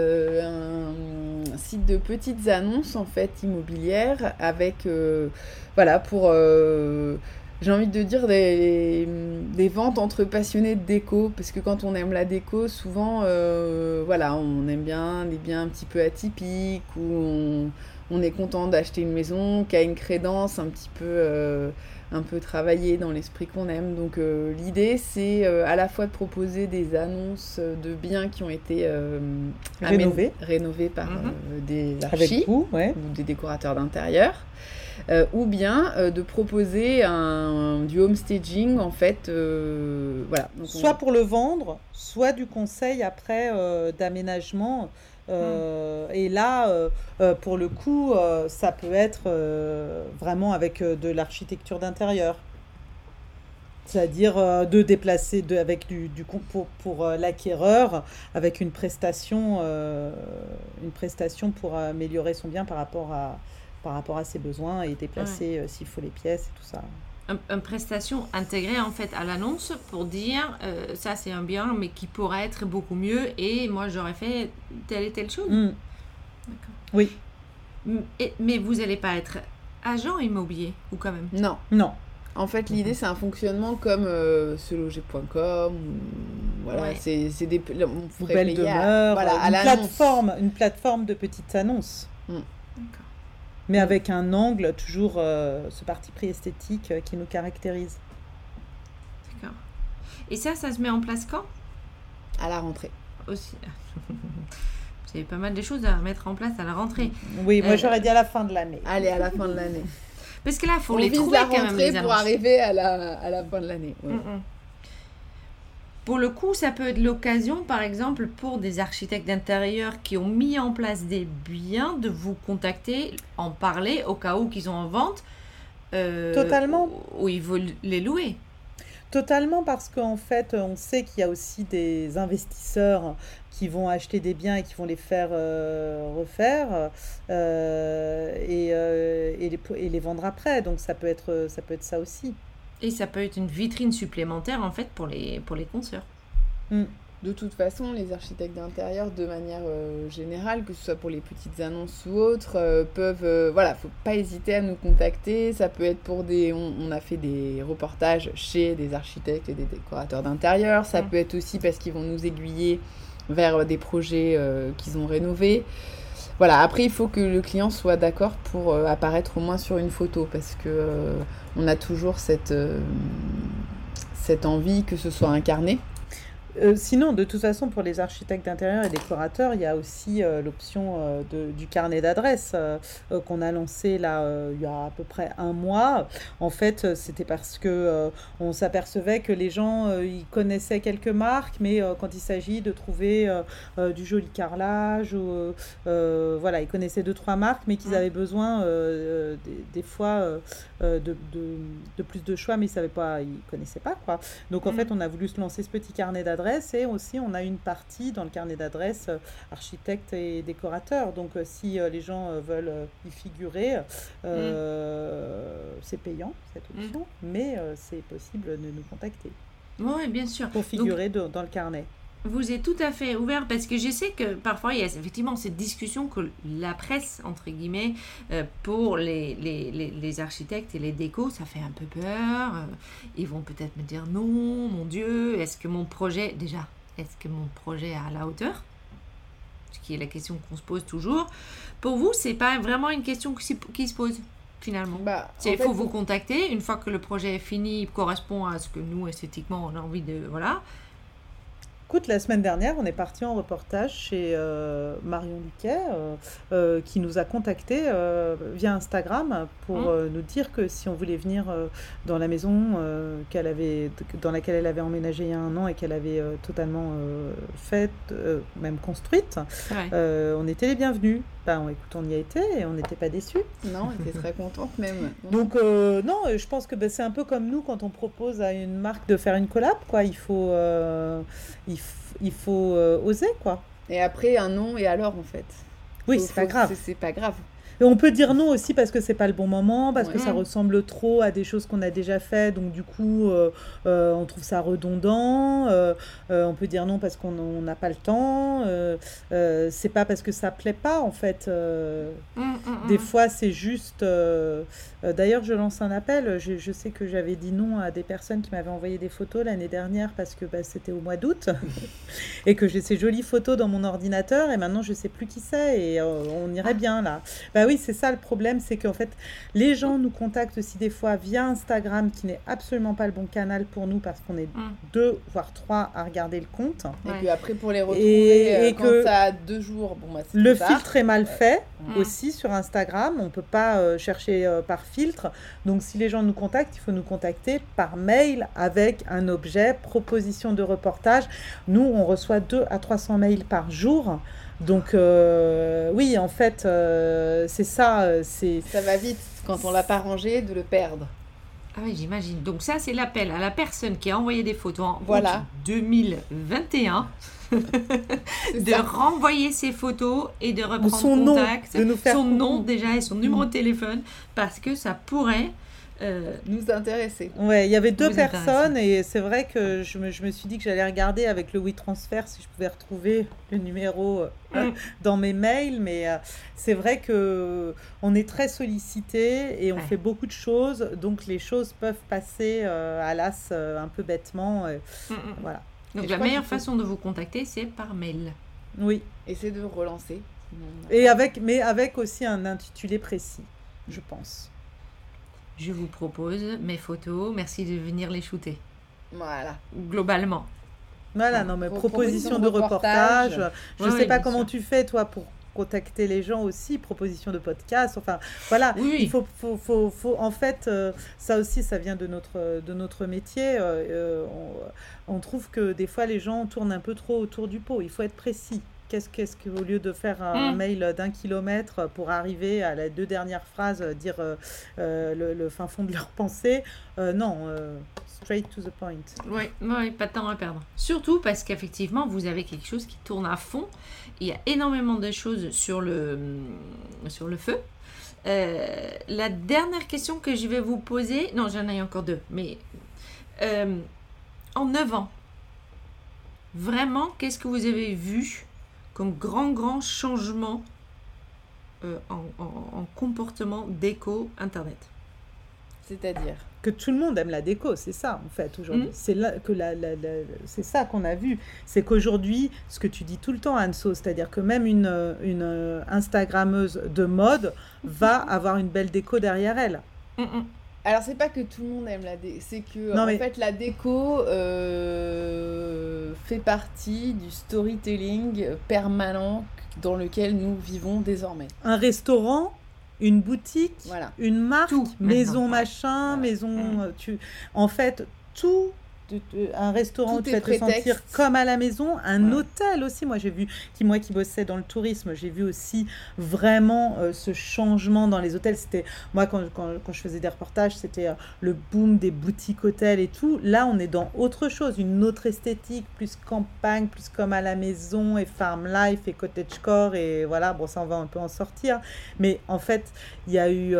un site de petites annonces en fait immobilières avec voilà pour j'ai envie de dire des ventes entre passionnés de déco parce que quand on aime la déco souvent voilà on aime bien des biens un petit peu atypiques où on est content d'acheter une maison qui a une crédence un peu travaillée dans l'esprit qu'on aime. Donc l'idée, c'est à la fois de proposer des annonces de biens qui ont été rénovés par des archis Avec vous, ouais. ou des décorateurs d'intérieur, ou bien de proposer du homestaging, en fait. Voilà. Donc, Soit pour le vendre, soit du conseil après d'aménagement. Et là, pour le coup, ça peut être vraiment avec de l'architecture d'intérieur. C'est-à-dire de déplacer avec pour l'acquéreur, avec une prestation pour améliorer son bien par rapport à ses besoins et déplacer s'il faut les pièces et tout ça. Une prestation intégrée en fait à l'annonce pour dire ça c'est un bien mais qui pourrait être beaucoup mieux et moi j'aurais fait telle et telle chose. Mm. D'accord. Oui. Mais vous n'allez pas être agent immobilier ou quand même? Non. Non. En fait, l'idée, c'est un fonctionnement comme seloger.com. Voilà, Ouais. c'est des... On ferait Belle payer demeure, voilà, à l'annonce. une plateforme de petites annonces. D'accord. Mais avec un angle, toujours ce parti pris esthétique qui nous caractérise. D'accord. Et ça se met en place quand? À la rentrée. Aussi. Vous avez pas mal de choses à mettre en place à la rentrée. Oui, moi j'aurais dit à la fin de l'année. Allez, à la fin de l'année. Parce que là, il faut On les vise trouver la quand même, rentrée les pour annonces. arriver à la fin de l'année. Ouais. Pour le coup, ça peut être l'occasion, par exemple, pour des architectes d'intérieur qui ont mis en place des biens, de vous contacter, en parler au cas où qu'ils ont en vente. Totalement. où il faut les louer. Totalement, parce qu'en fait, on sait qu'il y a aussi des investisseurs qui vont acheter des biens et qui vont les faire refaire et les vendre après. Donc ça peut être ça aussi. Et ça peut être une vitrine supplémentaire en fait pour les consoeurs. Mm. De toute façon, les architectes d'intérieur, de manière générale, que ce soit pour les petites annonces ou autres, peuvent... voilà, faut pas hésiter à nous contacter. Ça peut être pour des... On a fait des reportages chez des architectes et des décorateurs d'intérieur. Ça peut être aussi parce qu'ils vont nous aiguiller vers des projets qu'ils ont rénovés. Voilà, après, il faut que le client soit d'accord pour apparaître au moins sur une photo, parce que on a toujours cette envie que ce soit incarné. Sinon, de toute façon, pour les architectes d'intérieur et décorateurs, il y a aussi l'option du carnet d'adresses qu'on a lancé là il y a à peu près un mois. En fait, c'était parce que on s'apercevait que les gens ils connaissaient quelques marques, mais quand il s'agit de trouver du joli carrelage, ou, voilà, ils connaissaient 2-3 marques, mais qu'ils avaient besoin des fois de plus de choix, mais ils connaissaient pas, quoi. Donc en fait, on a voulu se lancer ce petit carnet d'adresses. Et aussi, on a une partie dans le carnet d'adresses architectes et décorateurs. Donc, si les gens veulent y figurer, c'est payant, cette option, mais c'est possible de nous contacter. Oui, bien sûr. Pour figurer dans le carnet. Vous êtes tout à fait ouvert, parce que je sais que parfois il y a effectivement cette discussion que la presse, entre guillemets, pour les architectes et les décos, ça fait un peu peur. Ils vont peut-être me dire non, mon Dieu, est-ce que mon projet est à la hauteur? Ce qui est la question qu'on se pose toujours. Pour vous, c'est pas vraiment une question qui se pose finalement. Il faut vous contacter une fois que le projet est fini, correspond à ce que nous esthétiquement on a envie de Écoute, la semaine dernière, on est parti en reportage chez Marion Luquet, qui nous a contactés via Instagram pour nous dire que si on voulait venir dans la maison dans laquelle elle avait emménagé il y a un an et qu'elle avait totalement faite, même construite, on était les bienvenus. Écoute, on y a été et on n'était pas déçus. Non, on était très contente même. Donc, non, je pense que c'est un peu comme nous quand on propose à une marque de faire une collab, quoi. Il faut oser, quoi. Et après, un non, et alors, en fait. Oui, c'est pas grave. C'est pas grave. Et on peut dire non aussi parce que c'est pas le bon moment, parce que ça ressemble trop à des choses qu'on a déjà fait, donc du coup on trouve ça redondant. On peut dire non parce qu'on n'a pas le temps. C'est pas parce que ça plaît pas, en fait. Des fois c'est juste. D'ailleurs, je lance un appel. Je sais que j'avais dit non à des personnes qui m'avaient envoyé des photos l'année dernière parce que c'était au mois d'août et que j'ai ces jolies photos dans mon ordinateur et maintenant je sais plus qui c'est et on irait bien là. Oui, c'est ça le problème, c'est qu'en fait, les gens nous contactent aussi des fois via Instagram, qui n'est absolument pas le bon canal pour nous, parce qu'on est 2 voire 3 à regarder le compte. Et puis après, pour les retrouver, quand ça a 2 jours, le filtre est mal fait aussi sur Instagram. On ne peut pas chercher par filtre. Donc, si les gens nous contactent, il faut nous contacter par mail avec un objet, proposition de reportage. Nous, on reçoit 200 à 300 mails par jour. Donc, oui, en fait, c'est ça. Ça va vite, quand on ne l'a pas rangé, de le perdre. Ah oui, j'imagine. Donc ça, c'est l'appel à la personne qui a envoyé des photos en août 2021 de renvoyer ses photos et de reprendre contact. De nous faire son nom déjà et son numéro de téléphone, parce que ça pourrait... nous intéresser. Ouais, il y avait 2 personnes et c'est vrai que je me suis dit que j'allais regarder avec le WeTransfer si je pouvais retrouver le numéro dans mes mails, mais c'est vrai que on est très sollicité et on fait beaucoup de choses, donc les choses peuvent passer à l'as un peu bêtement. Voilà. Donc la meilleure façon de vous contacter, c'est par mail. Oui. Et c'est de relancer. Mais avec aussi un intitulé précis, je pense. Je vous propose mes photos. Merci de venir les shooter. Voilà. Globalement. Voilà, non, mais proposition de reportage. Je ne sais pas comment tu fais, toi, pour contacter les gens aussi. Proposition de podcast. Enfin, voilà. Oui. Il faut en fait, ça aussi, ça vient de notre métier. On trouve que des fois, les gens tournent un peu trop autour du pot. Il faut être précis. Qu'est-ce qu'au lieu de faire un mail d'1 kilomètre pour arriver à les 2 dernières phrases, dire le fin fond de leur pensée, non, straight to the point. Oui, pas de temps à perdre. Surtout parce qu'effectivement, vous avez quelque chose qui tourne à fond. Il y a énormément de choses sur le feu. La dernière question que je vais vous poser, non, j'en ai encore 2, mais en 9 ans, vraiment, qu'est-ce que vous avez vu comme grand changement en comportement déco Internet? C'est-à-dire que tout le monde aime la déco, c'est ça en fait aujourd'hui. C'est là que c'est ça qu'on a vu. C'est qu'aujourd'hui, ce que tu dis tout le temps, Anso, c'est-à-dire que même une Instagrammeuse de mode va avoir une belle déco derrière elle. Alors, c'est pas que tout le monde aime la déco, c'est que en fait, la déco fait partie du storytelling permanent dans lequel nous vivons désormais. Un restaurant, une boutique, une marque, tout, maison machin, maison... En fait, tout... Un restaurant où tu vas te sentir comme à la maison, un hôtel aussi. Moi qui bossais dans le tourisme, j'ai vu aussi vraiment ce changement dans les hôtels. C'était moi quand je faisais des reportages, c'était le boom des boutiques hôtels et tout. Là, on est dans autre chose, une autre esthétique, plus campagne, plus comme à la maison et farm life et cottagecore et voilà. Bon, ça on va un peu en sortir, mais en fait, il y a eu,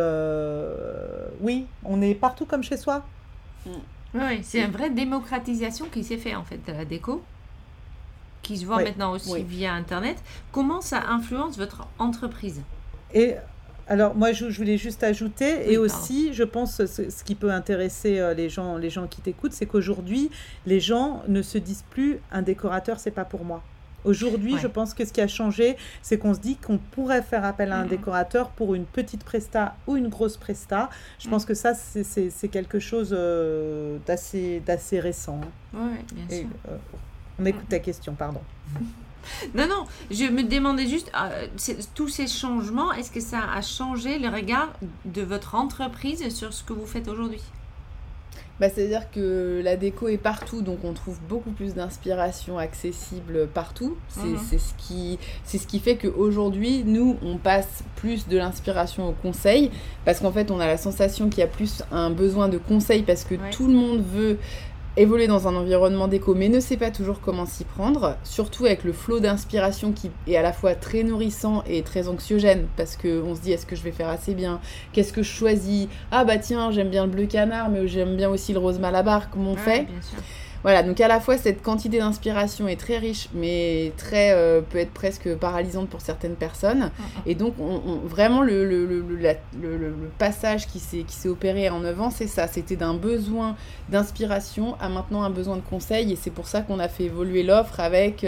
oui, on est partout comme chez soi. Oui, c'est une vraie démocratisation qui s'est faite en fait de la déco, qui se voit maintenant aussi via Internet. Comment ça influence votre entreprise? Et alors moi je voulais juste ajouter, et aussi je pense ce qui peut intéresser les gens qui t'écoutent, c'est qu'aujourd'hui les gens ne se disent plus un décorateur c'est pas pour moi. Aujourd'hui, je pense que ce qui a changé, c'est qu'on se dit qu'on pourrait faire appel à un décorateur pour une petite presta ou une grosse presta. Je pense que ça, c'est quelque chose d'assez récent. Oui, bien sûr. On écoute ta question, pardon. Non, je me demandais juste, tous ces changements, est-ce que ça a changé le regard de votre entreprise sur ce que vous faites aujourd'hui? C'est-à-dire que la déco est partout, donc on trouve beaucoup plus d'inspiration accessible partout. C'est ce qui fait qu'aujourd'hui, nous, on passe plus de l'inspiration au conseil, parce qu'en fait, on a la sensation qu'il y a plus un besoin de conseil, parce que tout le monde veut évoluer dans un environnement déco, mais ne sait pas toujours comment s'y prendre, surtout avec le flot d'inspiration qui est à la fois très nourrissant et très anxiogène, parce qu'on se dit, est-ce que je vais faire assez bien? Qu'est-ce que je choisis? Ah bah tiens, j'aime bien le bleu canard, mais j'aime bien aussi le rose malabar, comment on fait? Bien sûr. Voilà, donc à la fois cette quantité d'inspiration est très riche, mais peut être presque paralysante pour certaines personnes. Et donc vraiment le passage qui s'est opéré en 9 ans, c'est ça. C'était d'un besoin d'inspiration à maintenant un besoin de conseil. Et c'est pour ça qu'on a fait évoluer l'offre avec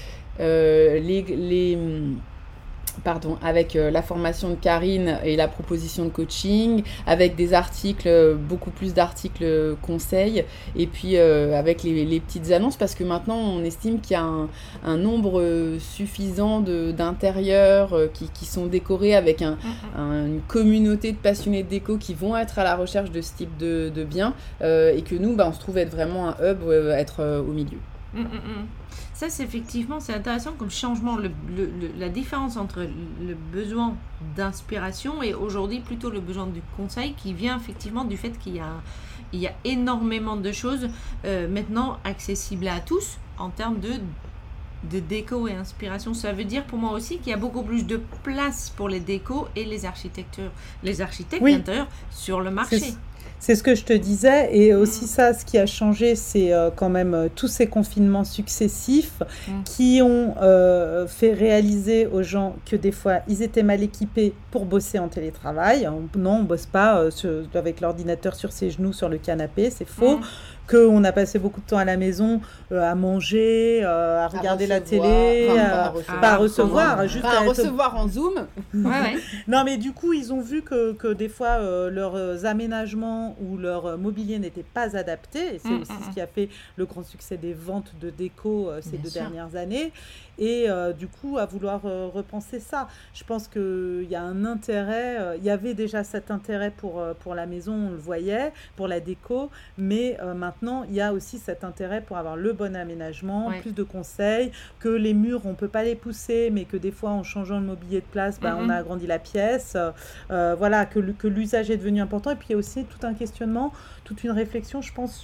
avec la formation de Karine et la proposition de coaching, avec des articles, beaucoup plus d'articles conseils, et puis avec les petites annonces, parce que maintenant on estime qu'il y a un nombre suffisant d'intérieurs qui sont décorés avec une communauté de passionnés de déco qui vont être à la recherche de ce type de biens, et que nous, on se trouve être vraiment un hub, être au milieu. Ça, c'est intéressant comme changement, la différence entre le besoin d'inspiration et aujourd'hui plutôt le besoin du conseil qui vient effectivement du fait qu'il y a énormément de choses maintenant accessibles à tous en termes de déco et inspiration. Ça veut dire pour moi aussi qu'il y a beaucoup plus de place pour les décos et les architectes d'intérieur sur le marché. C'est ce que je te disais, et aussi ça, ce qui a changé, c'est quand même tous ces confinements successifs qui ont fait réaliser aux gens que des fois, ils étaient mal équipés pour bosser en télétravail. Non, on ne bosse pas avec l'ordinateur sur ses genoux, sur le canapé, c'est faux. Qu'on a passé beaucoup de temps à la maison à manger, à regarder la télé, pas à recevoir, juste à recevoir en Zoom. Non, mais du coup, ils ont vu que des fois, leurs aménagements ou leur mobilier n'était pas adapté, et c'est aussi ce qui a fait le grand succès des ventes de déco ces dernières années. et du coup à vouloir repenser ça. Je pense qu'il y a un intérêt, il y avait déjà cet intérêt pour la maison, on le voyait, pour la déco, mais maintenant il y a aussi cet intérêt pour avoir le bon aménagement, Ouais. plus de conseils, que les murs on peut pas les pousser, mais que des fois en changeant le mobilier de place, on a agrandi la pièce, voilà, que l'usage est devenu important. Et puis il y a aussi tout un questionnement, toute une réflexion, je pense,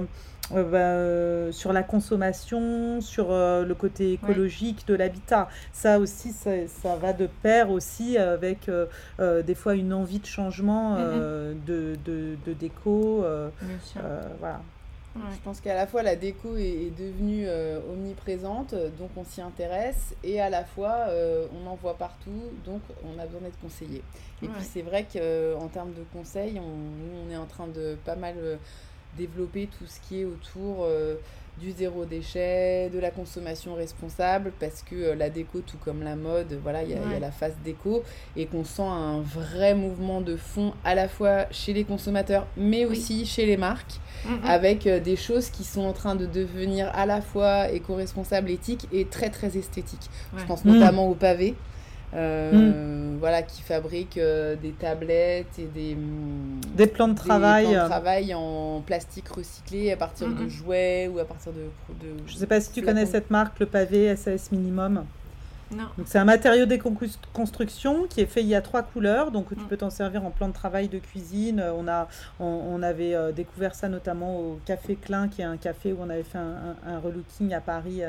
sur la consommation, sur le côté écologique de l'habitat. Ça aussi, ça va de pair aussi avec des fois une envie de changement de déco. Bien sûr. Voilà. Ouais. Je pense qu'à la fois la déco est devenue omniprésente, donc on s'y intéresse, et à la fois on en voit partout, donc on a besoin d'être conseillé. Et puis c'est vrai qu'en termes de conseils, nous on est en train de pas mal développer tout ce qui est autour du zéro déchet, de la consommation responsable, parce que la déco, tout comme la mode, voilà, il y a la phase déco, et qu'on sent un vrai mouvement de fond à la fois chez les consommateurs, mais aussi chez les marques, avec des choses qui sont en train de devenir à la fois éco-responsables, éthiques et très très esthétiques. Je pense notamment au pavé. Voilà, qui fabriquent des tablettes et des plans de travail en plastique recyclé à partir de jouets ou à partir de je sais pas si tu connais cette marque, le pavé SAS Minimum. Non. Donc, c'est un matériau de construction qui est fait, il y a 3 couleurs, donc tu peux t'en servir en plan de travail de cuisine. On avait découvert ça notamment au Café Klein, qui est un café où on avait fait un relooking à Paris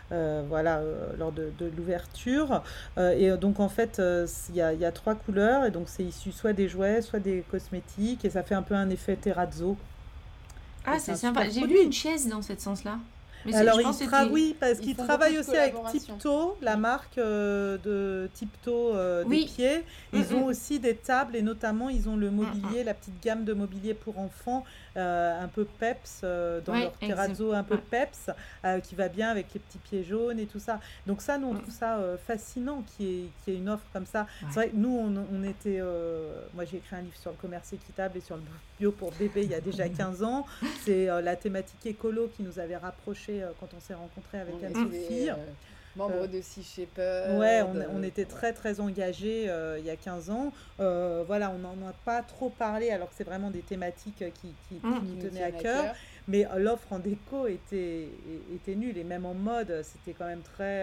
lors de l'ouverture. Et donc en fait, il y a 3 couleurs, et donc c'est issu soit des jouets, soit des cosmétiques, et ça fait un peu un effet terrazzo. Ah, c'est sympa. J'ai vu une chaise dans ce sens-là. Mais alors, oui, parce qu'ils travaillent aussi avec Tipto, la Oui. marque de Tipto Oui. des pieds. Ils ont aussi des tables, et notamment, ils ont le mobilier, la petite gamme de mobilier pour enfants, un peu peps, dans leur terrazzo un peu peps, qui va bien avec les petits pieds jaunes et tout ça. Donc ça, nous, on trouve ça fascinant qu'il y ait une offre comme ça. C'est vrai que nous, on était... moi, j'ai écrit un livre sur le commerce équitable et sur le bio pour bébé il y a déjà 15 ans. C'est la thématique écolo qui nous avait rapprochés quand on s'est rencontrés avec Anne-Sophie. Membre de Sea Shepherd. Ouais, on était très très engagés il y a 15 ans. Voilà, on n'en a pas trop parlé, alors que c'est vraiment des thématiques qui nous tenaient à cœur. Mais l'offre en déco était nulle, et même en mode, c'était quand même très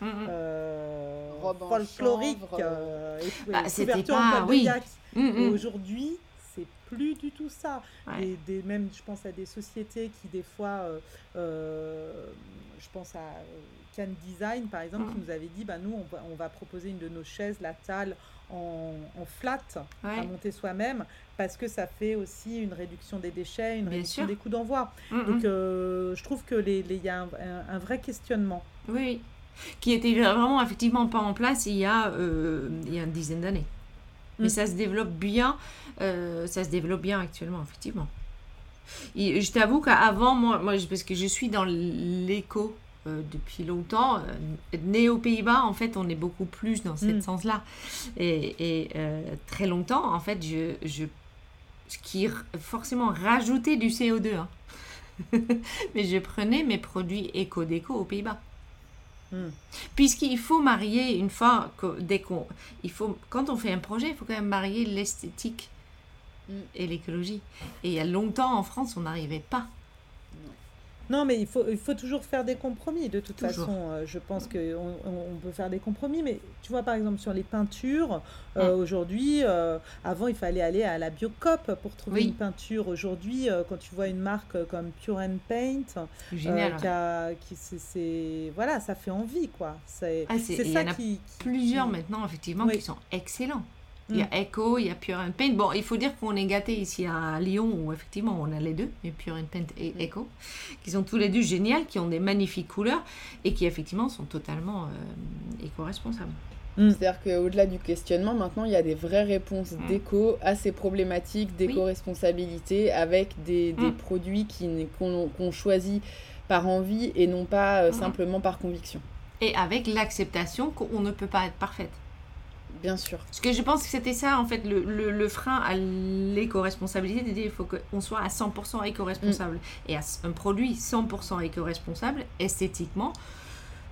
folklorique. C'était pas... Oui. Et aujourd'hui, c'est plus du tout ça. Même, je pense à des sociétés qui, des fois, je pense à Can Design, par exemple, qui nous avait dit, nous, on va proposer une de nos chaises, la Tal, en flat, à monter soi-même, parce que ça fait aussi une réduction des déchets, une réduction des coûts d'envoi. Donc, je trouve qu'il y a un vrai questionnement. Oui, qui était vraiment, effectivement, pas en place il y a une dizaine d'années. Mais ça se développe bien, actuellement, effectivement. Et je t'avoue qu'avant, moi, parce que je suis dans l'éco depuis longtemps, né aux Pays-Bas, en fait, on est beaucoup plus dans ce sens-là. Et très longtemps, en fait, ce qui forcément rajoutait du CO2. Hein. Mais je prenais mes produits éco-déco aux Pays-Bas. Puisqu'il faut marier une fois, quand on fait un projet, il faut quand même marier l'esthétique et l'écologie. Et il y a longtemps en France, on n'arrivait pas. Non, mais il faut toujours faire des compromis. De toute façon, je pense qu'on peut faire des compromis. Mais tu vois, par exemple, sur les peintures, aujourd'hui, avant, il fallait aller à la Biocoop pour trouver une peinture. Aujourd'hui, quand tu vois une marque comme Pure and Paint, génial, voilà, ça fait envie, quoi. C'est il ça y en a plusieurs maintenant, effectivement, qui sont excellents. Il y a Eco, il y a Pure and Paint. Bon, il faut dire qu'on est gâtés ici à Lyon, où effectivement on a les deux, Pure and Paint et Eco, qui sont tous les deux géniaux, qui ont des magnifiques couleurs et qui effectivement sont totalement éco-responsables. C'est-à-dire qu'au-delà du questionnement, maintenant il y a des vraies réponses d'éco à ces problématiques d'éco-responsabilité, avec des produits qu'on choisit par envie et non pas simplement par conviction. Et avec l'acceptation qu'on ne peut pas être parfaite. Bien sûr. Parce que je pense que c'était ça, en fait, le frein à l'éco-responsabilité, c'est-à-dire qu'il faut qu'on soit à 100% éco-responsable. Et un produit 100% éco-responsable, esthétiquement,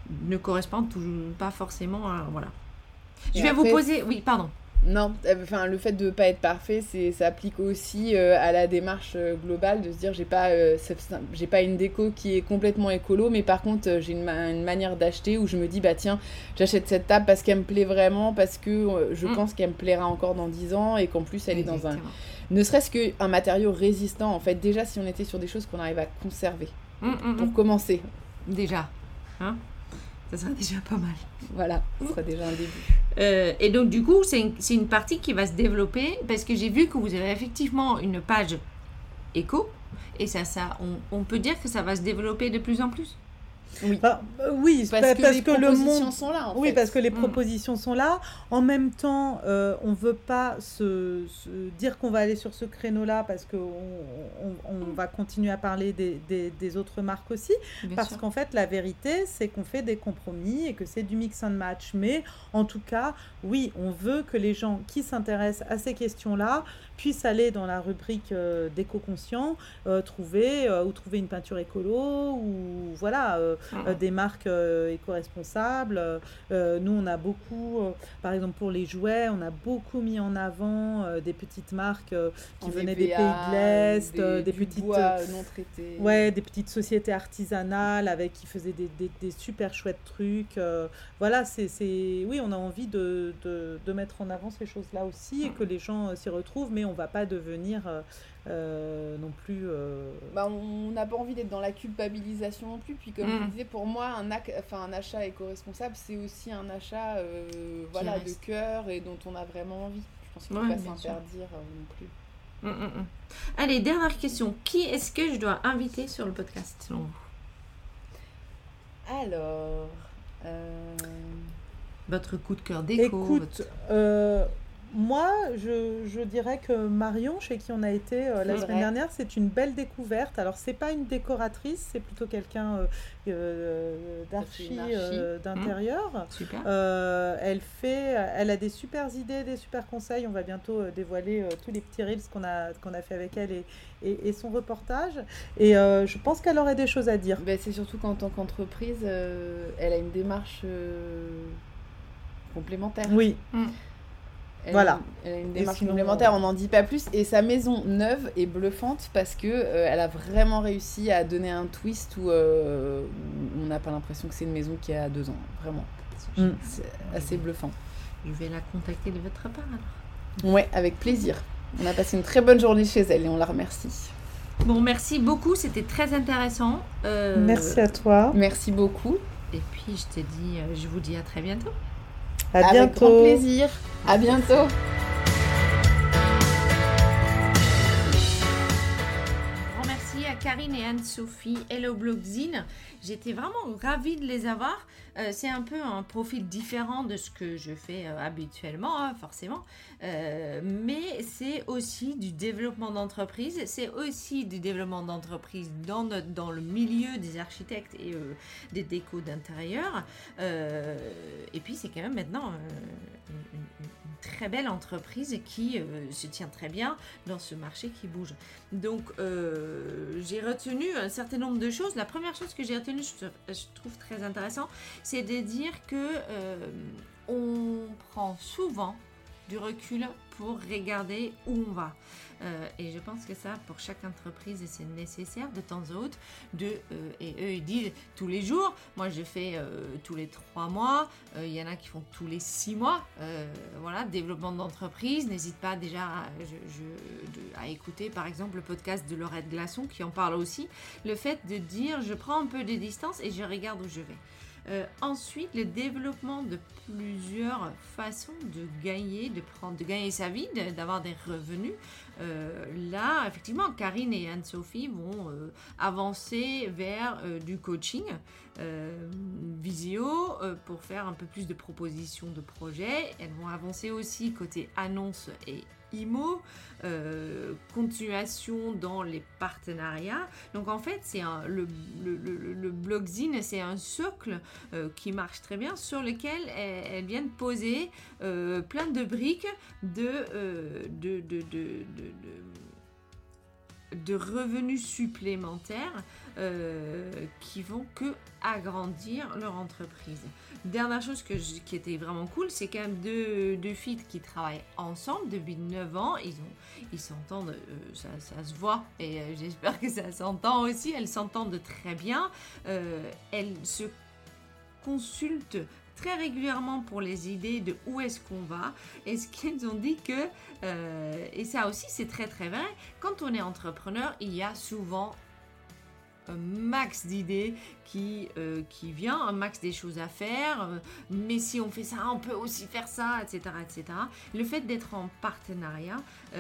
ne correspondent pas forcément à... Voilà. Je Et vais après, vous poser... Oui, pardon. Non, enfin le fait de ne pas être parfait, ça applique aussi à la démarche globale de se dire j'ai pas une déco qui est complètement écolo, mais par contre j'ai une manière d'acheter où je me dis bah tiens, j'achète cette table parce qu'elle me plaît vraiment, parce que je pense qu'elle me plaira encore dans 10 ans et qu'en plus elle est dans un... Ne serait-ce qu'un matériau résistant en fait, déjà si on était sur des choses qu'on arrive à conserver, pour commencer. Déjà, hein, ça serait déjà pas mal. Voilà, ce serait déjà un début. Et donc, du coup, c'est une partie qui va se développer parce que j'ai vu que vous avez effectivement une page éco et on peut dire que ça va se développer de plus en plus. Oui, oui, parce que les propositions sont là. Oui, parce que les propositions sont là. En même temps, on ne veut pas se dire qu'on va aller sur ce créneau-là parce qu'on va continuer à parler des autres marques aussi. Bien parce sûr. qu'en fait, la vérité, c'est qu'on fait des compromis et que c'est du mix and match. Mais en tout cas, oui, on veut que les gens qui s'intéressent à ces questions-là puissent aller dans la rubrique d'éco-conscient, trouver une peinture écolo ou voilà... des marques éco-responsables. Nous, on a beaucoup, par exemple pour les jouets, on a beaucoup mis en avant des petites marques qui venaient des pays de l'Est, des petites bois non traités. Ouais, des petites sociétés artisanales qui faisaient des super chouettes trucs. Voilà, oui, on a envie de mettre en avant ces choses-là aussi et que les gens s'y retrouvent, mais on ne va pas devenir... non plus on n'a pas envie d'être dans la culpabilisation non plus, puis comme je disais, pour moi un achat éco-responsable c'est aussi un achat de cœur et dont on a vraiment envie. Je pense qu'il ne faut pas s'interdire non plus. Allez, dernière question, qui est-ce que je dois inviter sur le podcast selon vous? Alors votre coup de cœur déco. Écoute, moi, je dirais que Marion, chez qui on a été la semaine dernière, c'est une belle découverte. Alors, c'est pas une décoratrice, c'est plutôt quelqu'un d'archi d'intérieur. Super. Elle a des super idées, des super conseils. On va bientôt dévoiler tous les petits reels qu'on a fait avec elle et son reportage. Et je pense qu'elle aurait des choses à dire. C'est surtout qu'en tant qu'entreprise, elle a une démarche complémentaire. Oui. Elle a une démarche complémentaire, on n'en dit pas plus. Et sa maison neuve est bluffante parce que elle a vraiment réussi à donner un twist où on n'a pas l'impression que c'est une maison qui a 2 ans. Vraiment. C'est assez bluffant. Je vais la contacter de votre part alors. Ouais, avec plaisir. On a passé une très bonne journée chez elle et on la remercie. Bon, merci beaucoup, c'était très intéressant. Merci à toi. Merci beaucoup. Et puis je vous dis à très bientôt. À bientôt. Avec grand plaisir. À bientôt. Grand merci à Karine et Anne-Sophie Hello Blogzine. J'étais vraiment ravie de les avoir. C'est un peu un profil différent de ce que je fais habituellement, forcément. Mais c'est aussi du développement d'entreprise. C'est aussi du développement d'entreprise dans le milieu des architectes et des décos d'intérieur. Et puis, c'est quand même maintenant une très belle entreprise qui se tient très bien dans ce marché qui bouge. Donc, j'ai retenu un certain nombre de choses. La première chose que j'ai retenue, je trouve très intéressant, c'est de dire que on prend souvent du recul pour regarder où on va. Et je pense que ça, pour chaque entreprise, c'est nécessaire de temps en temps. Et eux, ils disent tous les jours. Moi, je fais tous les 3 mois. Il y en a qui font tous les 6 mois. Voilà, développement d'entreprise. N'hésite pas déjà à écouter, par exemple, le podcast de Laurette Glaçon qui en parle aussi. Le fait de dire, je prends un peu de distance et je regarde où je vais. Ensuite, le développement de plusieurs façons de gagner sa vie, d'avoir des revenus. Là, effectivement, Karine et Anne-Sophie vont avancer vers du coaching visio pour faire un peu plus de propositions de projets. Elles vont avancer aussi côté annonce et IMO, continuation dans les partenariats. Donc en fait, c'est le Blogzine, c'est un socle qui marche très bien, sur lequel elles viennent poser plein de briques de revenus supplémentaires qui vont que agrandir leur entreprise. Dernière chose qui était vraiment cool, c'est quand même deux filles qui travaillent ensemble depuis 9 ans. Ils s'entendent, ça se voit, et j'espère que ça s'entend aussi. Elles s'entendent très bien. Elles se consultent très régulièrement pour les idées de où est-ce qu'on va. Et ce qu'ils ont dit que, et ça aussi c'est très très vrai, quand on est entrepreneur, il y a souvent un max d'idées qui vient, un max des choses à faire, mais si on fait ça, on peut aussi faire ça, etc. etc. Le fait d'être en partenariat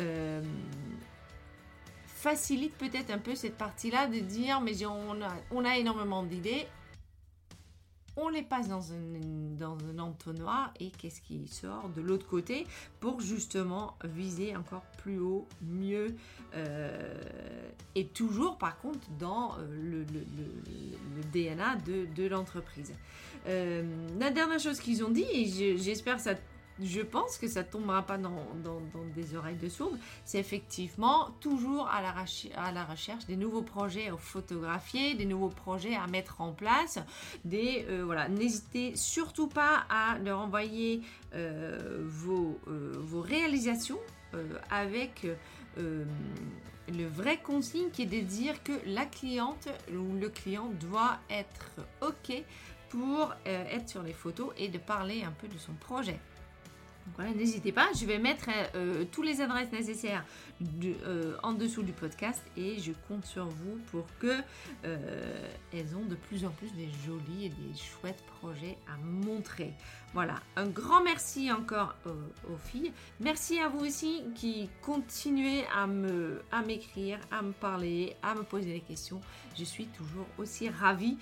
facilite peut-être un peu cette partie-là de dire, mais on a énormément d'idées, on les passe dans un entonnoir et qu'est-ce qui sort de l'autre côté pour justement viser encore plus haut, mieux et toujours par contre dans le DNA de l'entreprise. La dernière chose qu'ils ont dit, et j'espère que je pense que ça ne tombera pas dans des oreilles de sourds, c'est effectivement toujours à la recherche des nouveaux projets à photographier, des nouveaux projets à mettre en place. N'hésitez surtout pas à leur envoyer vos réalisations avec le vrai consigne qui est de dire que la cliente ou le client doit être OK pour être sur les photos et de parler un peu de son projet. Donc voilà, n'hésitez pas, je vais mettre tous les adresses nécessaires en dessous du podcast et je compte sur vous pour que elles ont de plus en plus des jolis et des chouettes projets à montrer. Voilà, un grand merci encore aux filles. Merci à vous aussi qui continuez à m'écrire, à me parler, à me poser des questions. Je suis toujours aussi ravie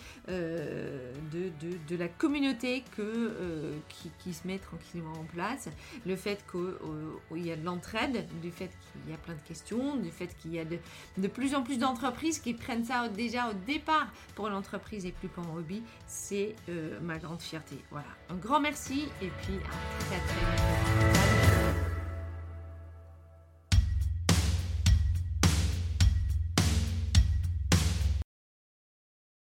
de la communauté qui se met tranquillement en place. Le fait qu'il y a de l'entraide, du fait qu'il y a plein de questions, du fait qu'il y a de plus en plus d'entreprises qui prennent ça déjà au départ pour l'entreprise et plus pour un hobby, c'est ma grande fierté. Voilà, un grand merci et puis à très très